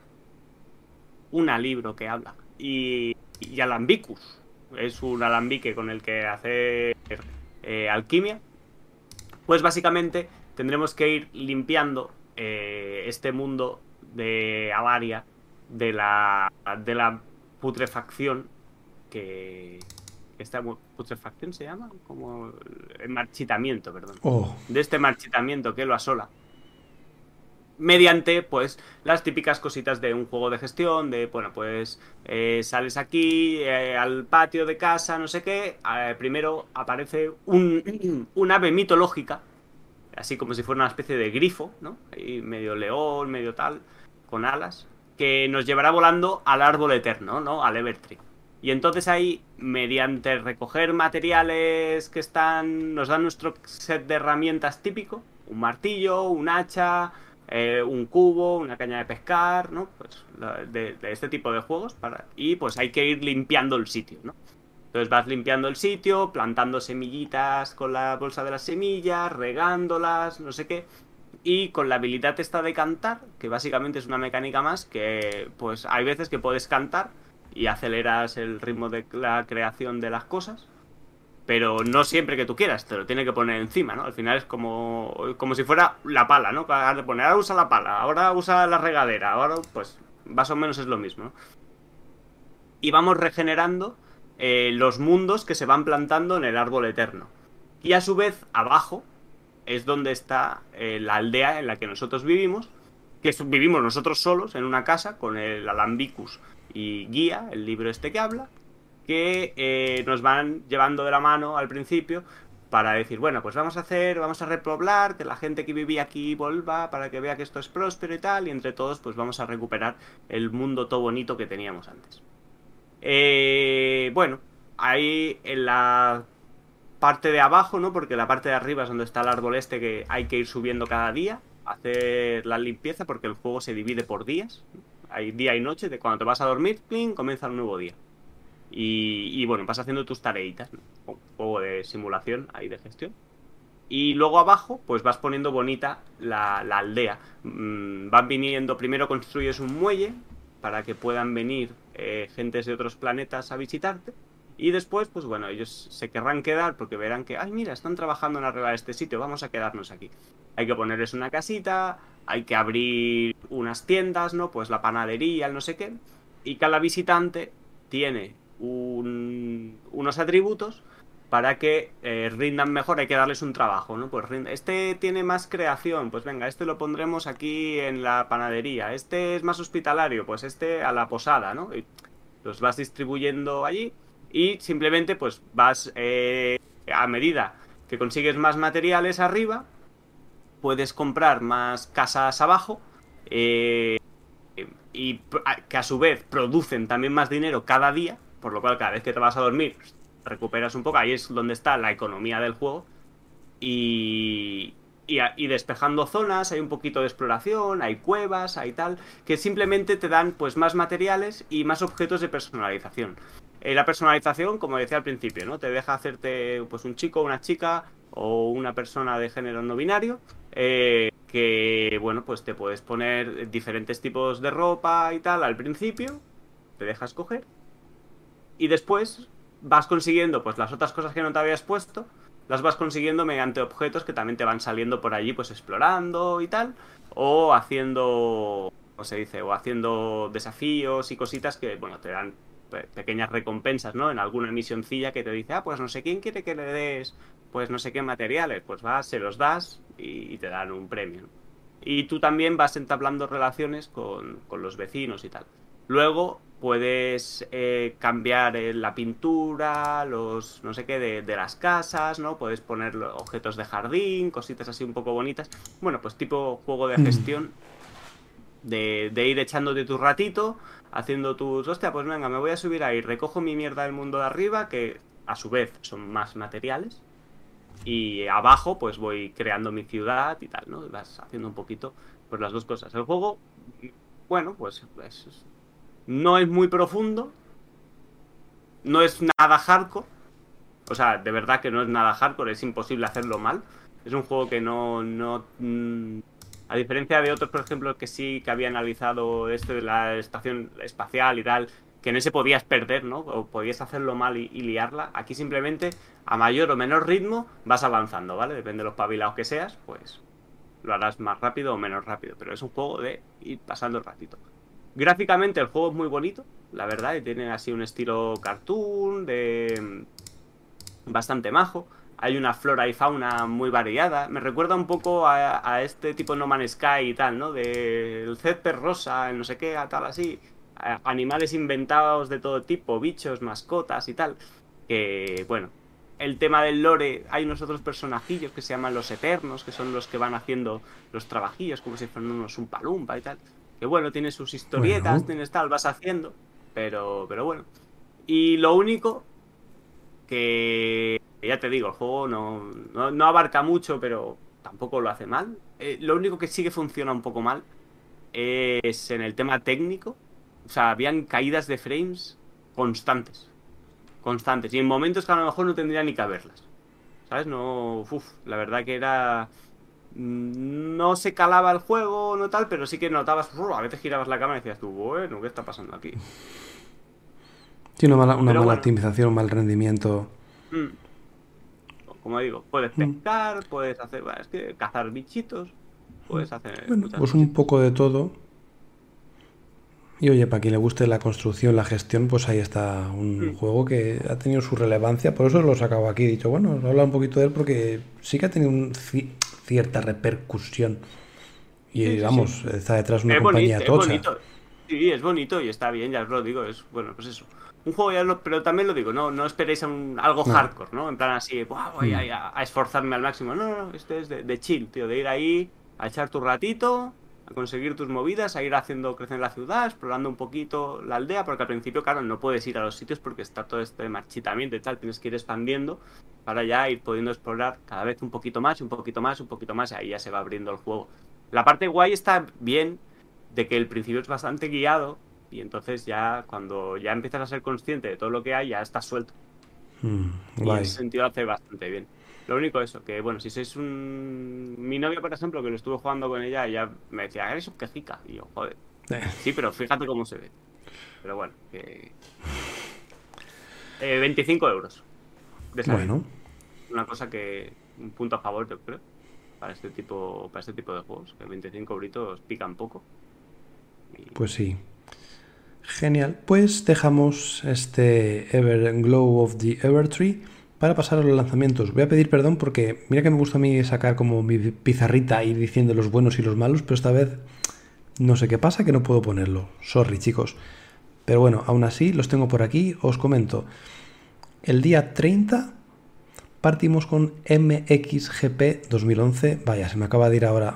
Una libro que habla. Y, y Alambicus, es un alambique con el que hacer eh, alquimia. Pues básicamente tendremos que ir limpiando eh, este mundo de Alaria de la, de la putrefacción que... Esta putrefacción se llama como el marchitamiento, perdón. Oh, De este marchitamiento que lo asola mediante, pues, las típicas cositas de un juego de gestión, de, bueno, pues, eh, sales aquí, eh, al patio de casa, no sé qué, eh, primero aparece un, un ave mitológica, así como si fuera una especie de grifo, ¿no? Ahí medio león, medio tal, con alas, que nos llevará volando al árbol eterno, ¿no? Al Evertree. Y entonces ahí, mediante recoger materiales que están, nos dan nuestro set de herramientas típico, un martillo, un hacha, eh, un cubo, una caña de pescar, ¿no? Pues de, de este tipo de juegos, para, y pues hay que ir limpiando el sitio, ¿no? Entonces vas limpiando el sitio, plantando semillitas con la bolsa de las semillas, regándolas, no sé qué. Y con la habilidad esta de cantar, que básicamente es una mecánica más, que pues hay veces que puedes cantar y aceleras el ritmo de la creación de las cosas, pero no siempre que tú quieras, te lo tiene que poner encima, ¿no? Al final es como, como si fuera la pala, ¿no? De poner, ahora usa la pala, ahora usa la regadera, ahora pues más o menos es lo mismo, ¿no? Y vamos regenerando eh, los mundos que se van plantando en el árbol eterno. Y a su vez, abajo es donde está eh, la aldea en la que nosotros vivimos, que es, vivimos nosotros solos en una casa con el Alambicus y Guía, el libro este que habla, que eh, nos van llevando de la mano al principio para decir, bueno, pues vamos a hacer, vamos a repoblar, que la gente que vivía aquí vuelva para que vea que esto es próspero y tal, y entre todos pues vamos a recuperar el mundo todo bonito que teníamos antes. Eh, bueno, ahí en la parte de abajo, ¿no? Porque la parte de arriba es donde está el árbol este que hay que ir subiendo cada día, hacer la limpieza porque el juego se divide por días. Hay día y noche, de cuando te vas a dormir, ¡pling!, comienza un nuevo día. Y, y bueno, vas haciendo tus tareitas, ¿no? Un juego de simulación ahí de gestión. Y luego abajo, pues vas poniendo bonita la, la aldea. Mm, van viniendo, primero construyes un muelle para que puedan venir eh, gentes de otros planetas a visitarte. Y después, pues bueno, ellos se querrán quedar porque verán que, ay, mira, están trabajando en arreglar este sitio, vamos a quedarnos aquí. Hay que ponerles una casita, hay que abrir unas tiendas, ¿no? Pues la panadería, el no sé qué. Y cada visitante tiene un, unos atributos para que eh, rindan mejor, hay que darles un trabajo, ¿no? Pues este tiene más creación, pues venga, este lo pondremos aquí en la panadería, este es más hospitalario, pues este a la posada, ¿no? Y los vas distribuyendo allí y simplemente pues vas eh, a medida que consigues más materiales arriba, puedes comprar más casas abajo eh, y que a su vez producen también más dinero cada día, por lo cual cada vez que te vas a dormir recuperas un poco, ahí es donde está la economía del juego. Y, y, y despejando zonas, hay un poquito de exploración, hay cuevas, hay tal, que simplemente te dan pues más materiales y más objetos de personalización. Eh, la personalización, como decía al principio, ¿no? Te deja hacerte pues un chico, una chica o una persona de género no binario, eh, que bueno, pues te puedes poner diferentes tipos de ropa y tal al principio, te deja escoger, y después vas consiguiendo pues las otras cosas que no te habías puesto, las vas consiguiendo mediante objetos que también te van saliendo por allí, pues explorando y tal, o haciendo, ¿cómo se dice? O haciendo desafíos y cositas que, bueno, te dan pe- pequeñas recompensas, ¿no? En alguna misioncilla que te dice, ah, pues no sé quién quiere que le des, pues no sé qué materiales, pues vas, se los das y, y te dan un premio. Y tú también vas entablando relaciones con, con los vecinos y tal. Luego puedes eh, cambiar eh, la pintura, los no sé qué, de, de las casas, ¿no? Puedes poner lo- objetos de jardín, cositas así un poco bonitas. Bueno, pues tipo juego de Mm. gestión, de, de ir echándote tu ratito, haciendo tus, hostia, pues venga, me voy a subir ahí, recojo mi mierda del mundo de arriba, que a su vez son más materiales, y abajo pues voy creando mi ciudad y tal, ¿no? Vas haciendo un poquito pues las dos cosas. El juego, bueno, pues es- no es muy profundo, no es nada hardcore, o sea, de verdad que no es nada hardcore, es imposible hacerlo mal. Es un juego que no, no mm, a diferencia de otros, por ejemplo, que sí que había analizado este de la estación espacial y tal, que en ese podías perder, ¿no? O podías hacerlo mal y, y liarla. Aquí simplemente, a mayor o menor ritmo, vas avanzando, ¿vale? Depende de los pabilados que seas, pues lo harás más rápido o menos rápido. Pero es un juego de ir pasando el ratito. Gráficamente el juego es muy bonito, la verdad, y tiene así un estilo cartoon, de bastante majo. Hay una flora y fauna muy variada. Me recuerda un poco a, a este tipo No Man's Sky y tal, ¿no? Del césped rosa, el no sé qué, a tal así. A- animales inventados de todo tipo, bichos, mascotas y tal. Que, bueno, el tema del lore, hay unos otros personajillos que se llaman los Eternos, que son los que van haciendo los trabajillos, como si fueran unos Umpalumpa y tal. Que, bueno, tiene sus historietas, Bueno, tienes tal, vas haciendo. Pero, pero bueno. Y lo único que ya te digo, el juego no, no, no abarca mucho, pero tampoco lo hace mal. Eh, lo único que sí que funciona un poco mal es en el tema técnico. O sea, habían caídas de frames constantes, constantes. Y en momentos que a lo mejor no tendría ni que haberlas. ¿Sabes? No, uf, la verdad que era... No se calaba el juego, no tal, pero sí que notabas, uf, a veces girabas la cámara y decías tú, bueno, ¿qué está pasando aquí? tiene una mala, una Pero mala bueno, optimización, un mal rendimiento. mm, como digo, puedes Mm. pescar, puedes hacer, bueno, es que cazar bichitos, puedes hacer Bueno, muchas pues un cositas. poco de todo. Y oye, para quien le guste la construcción, la gestión, pues ahí está un Mm. juego que ha tenido su relevancia. Por eso lo he sacado aquí. He dicho, bueno, os habla un poquito de él porque sí que ha tenido un ci- cierta repercusión. Y Sí, sí, sí. vamos, está detrás de una Es compañía bonito, es tocha. bonito. Sí, es bonito y está bien, ya os lo digo. Es, bueno, pues eso. Un juego ya lo, pero también lo digo, no, no esperéis a un, algo No. hardcore, ¿no? En plan así, "Buah, voy Mm. a, a esforzarme al máximo". No, no, no, este es de, de chill, tío, de ir ahí a echar tu ratito, a conseguir tus movidas, a ir haciendo crecer la ciudad, explorando un poquito la aldea, porque al principio, claro, no puedes ir a los sitios porque está todo este marchitamiento y tal, tienes que ir expandiendo para ya ir pudiendo explorar cada vez un poquito más, un poquito más, un poquito más, y ahí ya se va abriendo el juego. La parte guay está bien de que el principio es bastante guiado y entonces ya cuando ya empiezas a ser consciente de todo lo que hay, ya estás suelto. Mm. Y en Guay. ese sentido hace bastante bien. Lo único eso, que bueno, si sois un... Mi novia, por ejemplo, que lo estuve jugando con ella, ella me decía, eres un quejica. Y yo, joder, Eh, sí, pero fíjate cómo se ve. Pero bueno, que... eh, veinticinco euros de salida. Bueno, Una cosa que... Un punto a favor, yo creo, para este tipo, para este tipo de juegos, que veinticinco euritos pican poco. Y... pues sí. Genial. Pues dejamos este Everglow of the Evertree para pasar a los lanzamientos. Voy a pedir perdón porque mira que me gusta a mí sacar como mi pizarrita y diciendo los buenos y los malos, pero esta vez no sé qué pasa que no puedo ponerlo. Sorry, chicos. Pero bueno, aún así los tengo por aquí. Os comento. El día treinta partimos con M X G P dos mil once. Vaya, se me acaba de ir ahora.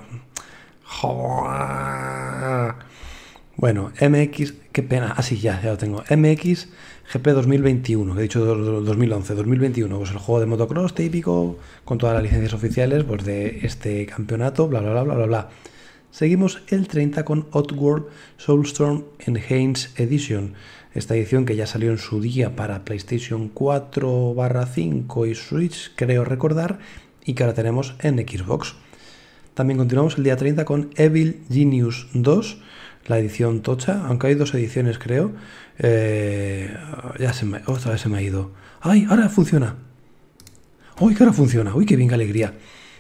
Bueno, M X, qué pena. Ah, sí, ya, ya lo tengo. M X G P dos mil veintiuno, que he dicho dos mil once, dos mil veintiuno, pues el juego de motocross típico, con todas las licencias oficiales pues de este campeonato, bla, bla, bla, bla, bla, bla. Seguimos el treinta con Oddworld Soulstorm Enhanced Edition. Esta edición que ya salió en su día para PlayStation cuatro barra cinco y Switch, creo recordar, y que ahora tenemos en Xbox. También continuamos el día treinta con Evil Genius dos, la edición tocha, aunque hay dos ediciones creo. Eh, ya se me, otra vez se me ha ido. ¡Ay! Ahora funciona. ¡Uy, que ahora funciona! ¡Uy, qué bien, qué alegría!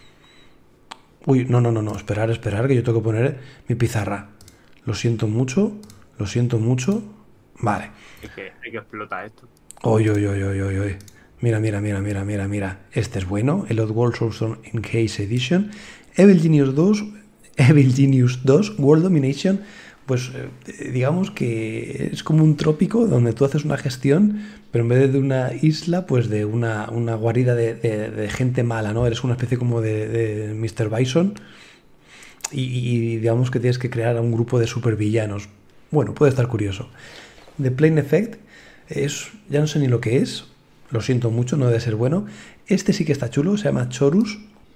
Uy, no, no, no, no, esperar, esperar, que yo tengo que poner mi pizarra. Lo siento mucho, lo siento mucho. Vale. Es que, es que explota esto. Uy, uy, uy, uy, uy, uy. Mira, mira, mira, mira, mira, mira. Este es bueno, el Oddworld Soulstone Encase Edition. Evil Genius dos, Evil Genius dos, World Domination. Pues eh, digamos que es como un trópico donde tú haces una gestión, pero en vez de una isla, pues de una, una guarida de, de, de gente mala, ¿no? Eres una especie como de, de mister Bison y, y digamos que tienes que crear a un grupo de supervillanos. Bueno, puede estar curioso. The Plane Effect es, ya no sé ni lo que es, lo siento mucho, no debe ser bueno. Este sí que está chulo, se llama Chorus,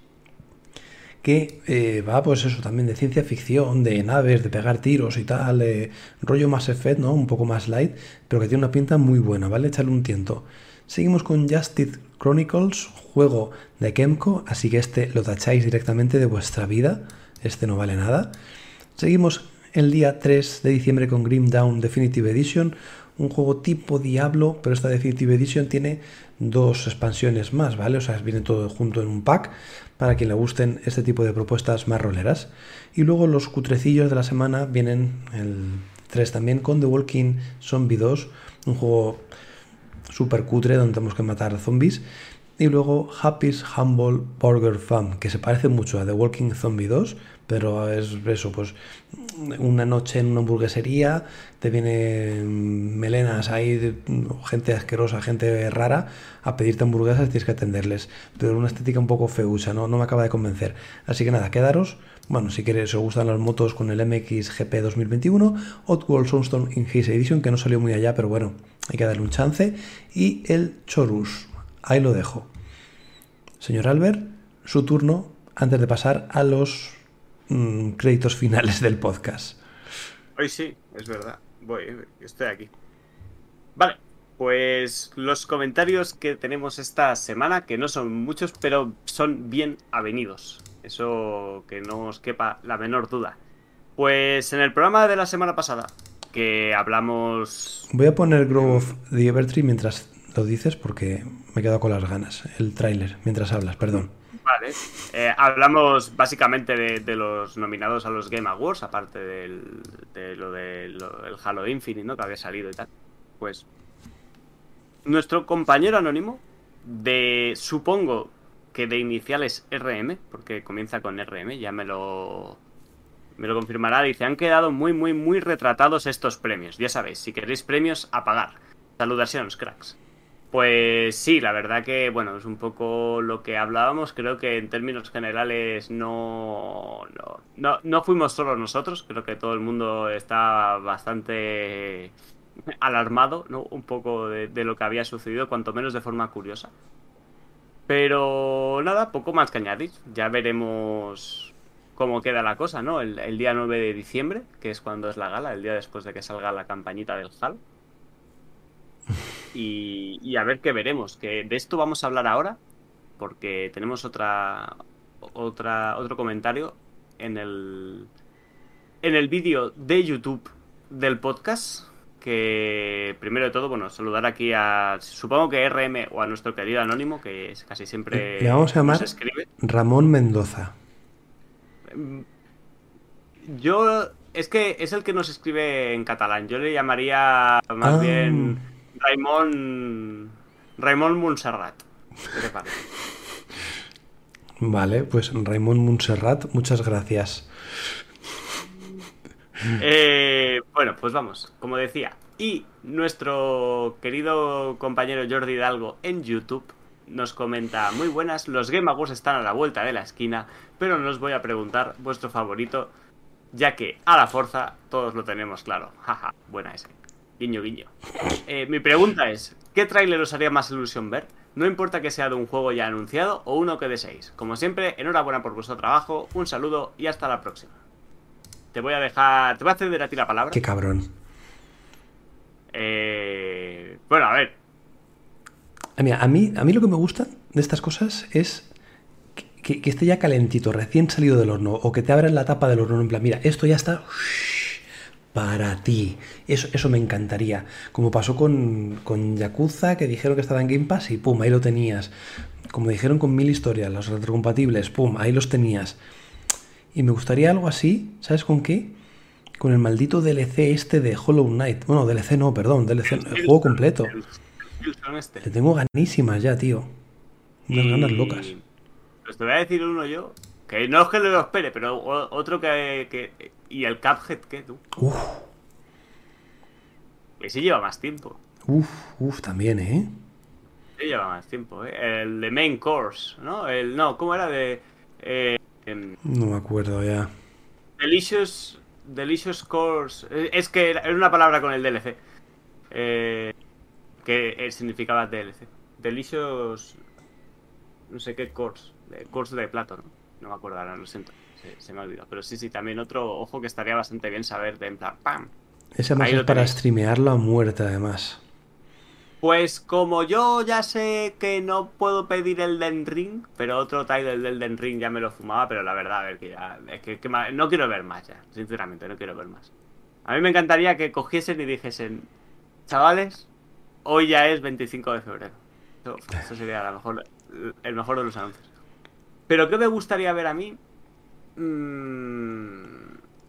que eh, va pues eso también de ciencia ficción, de naves, de pegar tiros y tal, eh, rollo Mass Effect, ¿no? Un poco más light, pero que tiene una pinta muy buena, ¿vale? Echarle un tiento. Seguimos con Justice Chronicles, juego de Kemco, así que este lo tacháis directamente de vuestra vida, este no vale nada. Seguimos el día tres de diciembre con Grim Dawn Definitive Edition, un juego tipo Diablo, pero esta Definitive Edition tiene dos expansiones más, ¿vale? O sea, viene todo junto en un pack para quien le gusten este tipo de propuestas más roleras. Y luego los cutrecillos de la semana vienen el tres también con The Walking Zombie dos, un juego súper cutre donde tenemos que matar zombies. Y luego Happy's Humble Burger Farm, que se parece mucho a The Walking Zombie dos, pero es eso, pues una noche en una hamburguesería, te vienen melenas ahí, gente asquerosa, gente rara, a pedirte hamburguesas y tienes que atenderles. Pero una estética un poco feucha, ¿no? No me acaba de convencer. Así que nada, quedaros. Bueno, si queréis, si os gustan las motos con el M X G P dos mil veintiuno, Oddworld Soulstone Encase Edition, que no salió muy allá, pero bueno, hay que darle un chance. Y el Chorus. Ahí lo dejo. Señor Albert, su turno antes de pasar a los mmm, créditos finales del podcast. Hoy sí, es verdad. Voy, estoy aquí. Vale, pues los comentarios que tenemos esta semana, que no son muchos, pero son bien avenidos. Eso que no os quepa la menor duda. Pues en el programa de la semana pasada, que hablamos... Voy a poner Grove of the Evertree mientras lo dices porque me he quedado con las ganas. El tráiler, mientras hablas, perdón. Vale. Eh, hablamos básicamente de, de los nominados a los Game Awards, aparte del, de lo del de Halo Infinite, ¿no? Que había salido y tal. Pues nuestro compañero anónimo, de supongo que de iniciales R M, porque comienza con R M, ya me lo... Me lo confirmará, dice, han quedado muy, muy, muy retratados estos premios. Ya sabéis, si queréis premios, a pagar. Saludaciones, cracks. Pues sí, la verdad que, bueno, es un poco lo que hablábamos. Creo que en términos generales no, no, no, no fuimos solo nosotros. Creo que todo el mundo está bastante alarmado, ¿no? Un poco de, de lo que había sucedido, cuanto menos de forma curiosa. Pero nada, poco más que añadir. Ya veremos cómo queda la cosa, ¿no? El, el día nueve de diciembre, que es cuando es la gala, el día después de que salga la campañita del Halo. Y, y a ver qué veremos. Que de esto vamos a hablar ahora, porque tenemos otra, otra otro comentario en el en el vídeo de YouTube del podcast. Que primero de todo, bueno, saludar aquí a, supongo que R M o a nuestro querido anónimo, que es casi siempre le vamos a llamar nos escribe. Ramón Mendoza. Yo, es que es el que nos escribe en catalán. Yo le llamaría más ah. bien Raimon Raimon Montserrat. ¿Qué te parece? Vale, pues Raimon Montserrat, muchas gracias. Eh, bueno, pues vamos, como decía. Y nuestro querido compañero Jordi Hidalgo en YouTube nos comenta: muy buenas, los Game Awards están a la vuelta de la esquina, pero no os voy a preguntar vuestro favorito, ya que a la fuerza todos lo tenemos claro. Jaja, buena ese. Guiño, guiño. Eh, mi pregunta es, ¿qué tráiler os haría más ilusión ver? No importa que sea de un juego ya anunciado o uno que deseéis. Como siempre, enhorabuena por vuestro trabajo, un saludo y hasta la próxima. Te voy a dejar... Te voy a ceder a ti la palabra. Qué cabrón. Eh... Bueno, a ver. Mira, a mí, a mí lo que me gusta de estas cosas es que, que, que esté ya calentito, recién salido del horno, o que te abran la tapa del horno en plan, mira, esto ya está para ti. Eso, eso me encantaría. Como pasó con, con Yakuza, que dijeron que estaba en Game Pass y pum, ahí lo tenías. Como dijeron con Mil Historias, los retrocompatibles, pum, ahí los tenías. Y me gustaría algo así, ¿sabes con qué? Con el maldito D L C este de Hollow Knight. Bueno, D L C no, perdón, D L C, el, el juego completo. El, el este. Le tengo ganísimas ya, tío. Unas y... ganas locas. Pues te voy a decir uno yo, que no es que lo espere, pero otro que... que... ¿Y el Cuphead qué, tú? Uf. Ese lleva más tiempo. Uf, uf, también, ¿eh? Ese lleva más tiempo, ¿eh? El de Main Course, ¿no? El, no, ¿cómo era? De... Eh, no me acuerdo ya. Delicious... Delicious Course... Es que era una palabra con el D L C. Eh, que significaba D L C. Delicious... No sé qué Course. Course de plato, ¿no? No me acuerdo ahora, lo siento. Se, se me ha olvidado. Pero sí, sí, también otro ojo que estaría bastante bien saber de en plan, ¡pam! Ese más es para streamearlo a muerte, además. Pues como yo ya sé que no puedo pedir el Elden Ring, pero otro title del Elden Ring ya me lo fumaba, pero la verdad, a ver, que ya... Es que, que no quiero ver más ya, sinceramente, no quiero ver más. A mí me encantaría que cogiesen y dijesen, chavales, hoy ya es veinticinco de febrero. Eso, eso sería la mejor, el mejor de los anuncios. Pero ¿qué me gustaría ver a mí? Mm...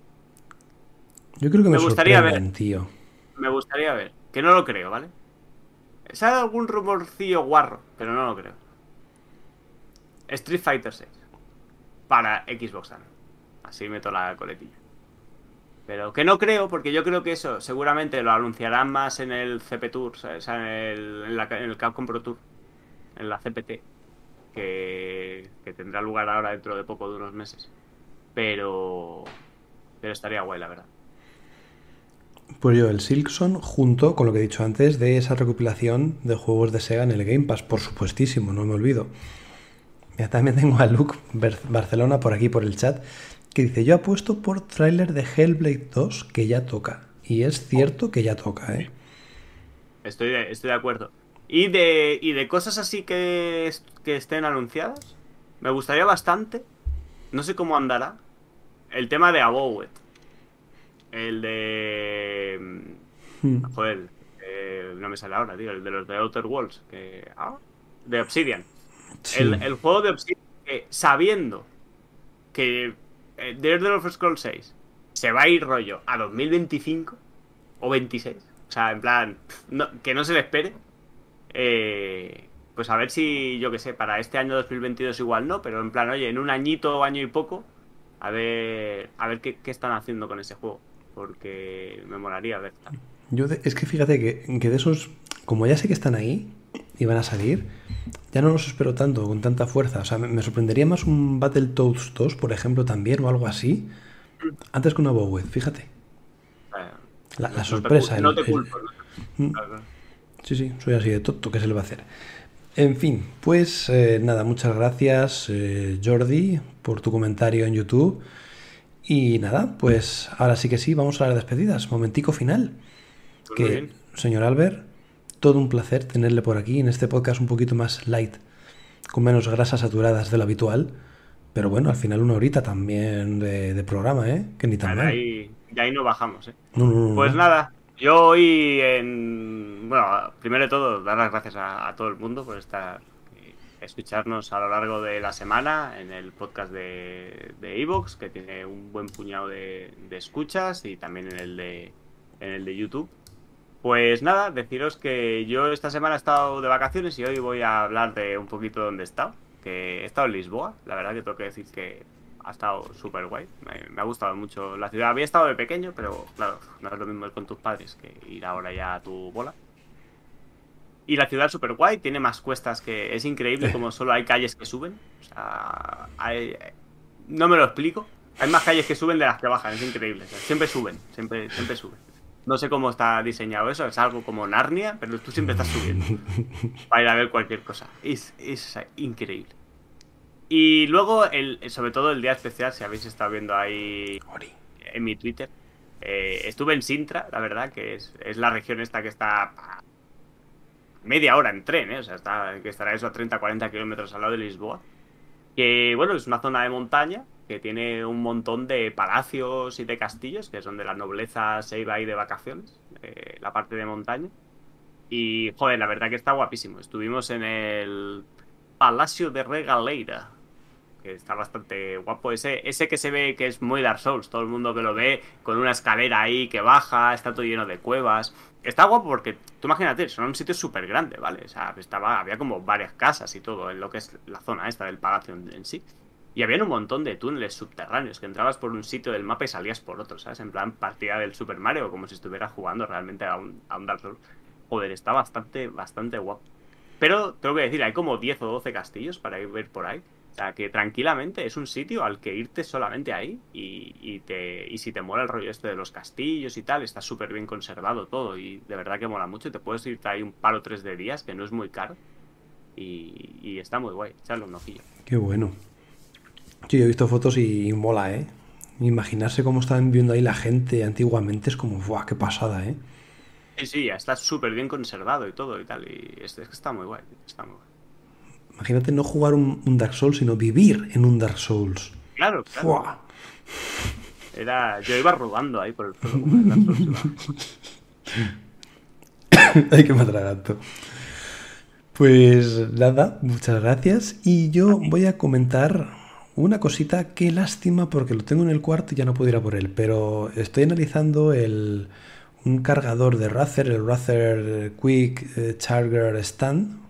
Yo creo que me, me gustaría ver, tío. Me gustaría ver, que no lo creo, ¿vale? Sale algún rumorcillo guarro, pero no lo creo. Street Fighter seis para Xbox también. Así meto la coletilla. Pero que no creo, porque yo creo que eso seguramente lo anunciarán más en el C P Tour, o sea, en el, en, la, en el Capcom Pro Tour, en la C P T, que, que tendrá lugar ahora dentro de poco, de unos meses. Pero, pero estaría guay, la verdad. Pues yo, el Silksong, junto con lo que he dicho antes de esa recopilación de juegos de Sega en el Game Pass, por supuestísimo, no me olvido. Ya también tengo a Luke Barcelona por aquí, por el chat, que dice, yo apuesto por tráiler de Hellblade dos, que ya toca. Y es cierto que ya toca, ¿eh? Estoy de, estoy de acuerdo. Y de, y de cosas así que, que estén anunciadas, me gustaría bastante, no sé cómo andará, el tema de Abowet. El de... Hmm. Joder, eh, no me sale ahora, tío. El de los de Outer Worlds. Que... Ah, de Obsidian. Sí. El, el juego de Obsidian, que sabiendo que eh, The Elder Scrolls seis se va a ir rollo a dos mil veinticinco o veintiséis. O sea, en plan, no, que no se le espere. Eh, pues a ver si, yo que sé, para este año dos mil veintidós igual no, pero en plan, oye, en un añito o año y poco, a ver, a ver qué, qué están haciendo con ese juego. Porque me molaría ver. Yo de, es que fíjate que, que de esos, como ya sé que están ahí y van a salir, ya no los espero tanto, con tanta fuerza. O sea, me, me sorprendería más un Battletoads dos, por ejemplo, también, o algo así, antes que una Bowed, fíjate. La, la no sorpresa. Te, no te culpo. El, no te culpo. Sí, sí, soy así de tonto, ¿qué se le va a hacer? En fin, pues eh, nada, muchas gracias, eh, Jordi, por tu comentario en YouTube. Y nada, pues ahora sí que sí, vamos a las despedidas. Momentico final. Pues que, señor Albert, todo un placer tenerle por aquí en este podcast un poquito más light, con menos grasas saturadas de lo habitual. Pero bueno, al final una horita también de, de programa, ¿eh? Que ni tan de mal. Ahí, de ahí no bajamos, ¿eh? No, no, no, pues no. nada, yo hoy en... Bueno, primero de todo, dar las gracias a, a todo el mundo por estar... escucharnos a lo largo de la semana en el podcast de de Evox, que tiene un buen puñado de, de escuchas, y también en el de en el de YouTube. Pues nada, deciros que yo esta semana he estado de vacaciones y hoy voy a hablar de un poquito de dónde he estado. Que he estado en Lisboa, la verdad que tengo que decir que ha estado súper guay. Me, me ha gustado mucho la ciudad. Había estado de pequeño, pero claro, no es lo mismo ir con tus padres que ir ahora ya a tu bola. Y la ciudad es súper guay, tiene más cuestas que... Es increíble como solo hay calles que suben. O sea, hay... no me lo explico. Hay más calles que suben de las que bajan, es increíble. O sea, siempre suben, siempre, siempre suben. No sé cómo está diseñado eso, es algo como Narnia, pero tú siempre estás subiendo para ir a ver cualquier cosa. Es, es increíble. Y luego, el, sobre todo el día especial, si habéis estado viendo ahí en mi Twitter, eh, estuve en Sintra, la verdad, que es, es la región esta que está... media hora en tren, ¿eh? O sea, está, que estará eso a treinta a cuarenta kilómetros al lado de Lisboa. Que, bueno, es una zona de montaña, que tiene un montón de palacios y de castillos, que son de la nobleza, se iba ahí de vacaciones, eh, la parte de montaña. Y, joder, la verdad que está guapísimo. Estuvimos en el Palacio de Regaleira, que está bastante guapo. Ese, ese que se ve que es muy Dark Souls, todo el mundo que lo ve, con una escalera ahí que baja, está todo lleno de cuevas. Está guapo porque, tú imagínate, son un sitio súper grande, ¿vale? O sea, estaba, había como varias casas y todo en lo que es la zona esta del palacio en, en sí. Y había un montón de túneles subterráneos, que entrabas por un sitio del mapa y salías por otro, ¿sabes? En plan partida del Super Mario, como si estuvieras jugando realmente a un, a un Dark Souls. Joder, está bastante, bastante guapo. Pero tengo que decir, hay como diez o doce castillos para ir ver por ahí. O sea, que tranquilamente es un sitio al que irte solamente ahí y, y, te, y si te mola el rollo este de los castillos y tal, está súper bien conservado todo y de verdad que mola mucho. Te puedes irte ahí un par o tres de días, que no es muy caro y, y está muy guay, echarle un ojillo. Qué bueno. Sí, yo he visto fotos y, y mola, ¿eh? Imaginarse cómo estaban viviendo ahí la gente antiguamente es como, ¡buah, qué pasada!, ¿eh? Sí, sí, ya está súper bien conservado y todo y tal y es, es que está muy guay, está muy guay. Imagínate no jugar un, un Dark Souls, sino vivir en un Dark Souls. Claro, claro. ¡Fua! Era, yo iba rodando ahí por el suelo como en Dark Souls iba. Hay que matar a gato. Pues nada, muchas gracias. Y yo voy a comentar una cosita, qué lástima porque lo tengo en el cuarto y ya no puedo ir a por él. Pero estoy analizando el, un cargador de Razer, el Razer Quick eh, Charger Stand.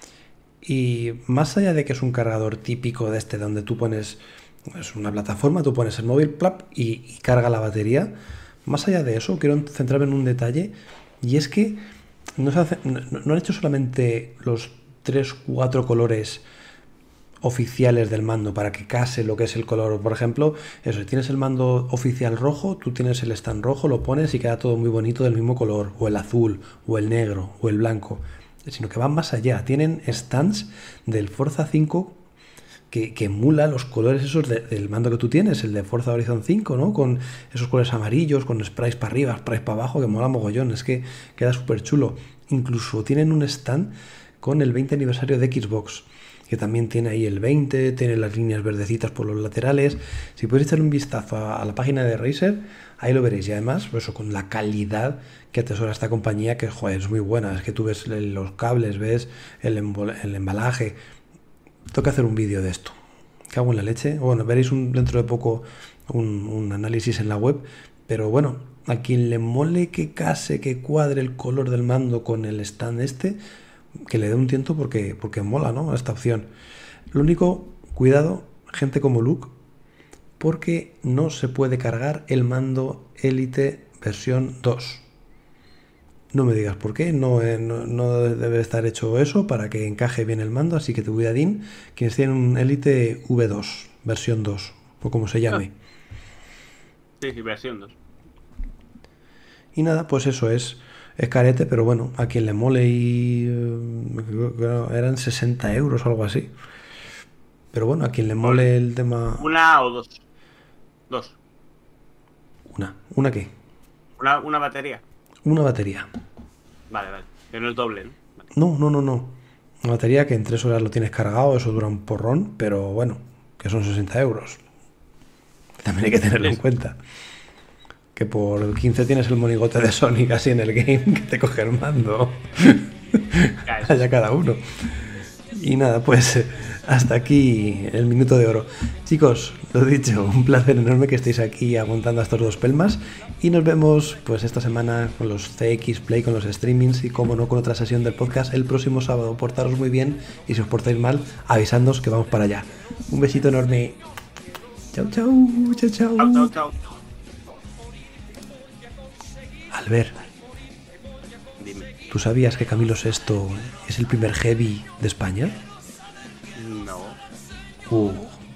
Y más allá de que es un cargador típico de este donde tú pones, es una plataforma, tú pones el móvil plap, y, y carga la batería, más allá de eso quiero centrarme en un detalle y es que no, se hace, no, no han hecho solamente los tres cuatro colores oficiales del mando para que case lo que es el color. Por ejemplo, eso, si tienes el mando oficial rojo, tú tienes el stand rojo, lo pones y queda todo muy bonito del mismo color, o el azul, o el negro, o el blanco, sino que van más allá. Tienen stands del Forza cinco que, que emula los colores esos de, del mando que tú tienes, el de Forza Horizon cinco, ¿no? Con esos colores amarillos, con sprays para arriba, sprays para abajo, que mola mogollón, es que queda súper chulo. Incluso tienen un stand con el veinte aniversario de Xbox, que también tiene ahí el veinte, tiene las líneas verdecitas por los laterales. Si podéis echarle un vistazo a, a la página de Razer, ahí lo veréis. Y además, pues eso, con la calidad que atesora esta compañía, que joder, es muy buena. Es que tú ves los cables, ves el, el embalaje. Toca hacer un vídeo de esto. Cago en la leche. Bueno, veréis un, dentro de poco un, un análisis en la web. Pero bueno, a quien le mole que case, que cuadre el color del mando con el stand este, que le dé un tiento porque, porque mola, ¿no? Esta opción. Lo único, cuidado, gente como Luke, porque no se puede cargar el mando Elite versión dos. No me digas por qué, no, eh, no, no debe estar hecho eso para que encaje bien el mando, así que te cuidadín, quienes tienen un Elite V dos, versión dos, o como se llame. Sí, sí, versión dos. Y nada, pues eso es... Es carete, pero bueno, a quien le mole y... Eh, eran sesenta euros o algo así. Pero bueno, a quien le mole el tema... ¿Una o dos? Dos. Una. ¿Una qué? Una, una batería. Una batería. Vale, vale. Que no es doble, ¿no? Vale. No, no, no, no. Una batería que en tres horas lo tienes cargado, eso dura un porrón, pero bueno, que son sesenta euros. También hay que tenerlo en cuenta. Que por quince tienes el monigote de Sony casi en el game, que te coge el mando. Allá cada uno. Y nada, pues hasta aquí el minuto de oro. Chicos, lo dicho, un placer enorme que estéis aquí aguantando a estos dos pelmas. Y nos vemos pues esta semana con los C X Play, con los streamings y como no con otra sesión del podcast el próximo sábado. Portaros muy bien y si os portáis mal, avisándoos que vamos para allá. Un besito enorme. Chao, chao, chao, chao. Chao, chao, chao. Albert, Dime. ¿tú sabías que Camilo sexto es el primer heavy de España? No. Uh,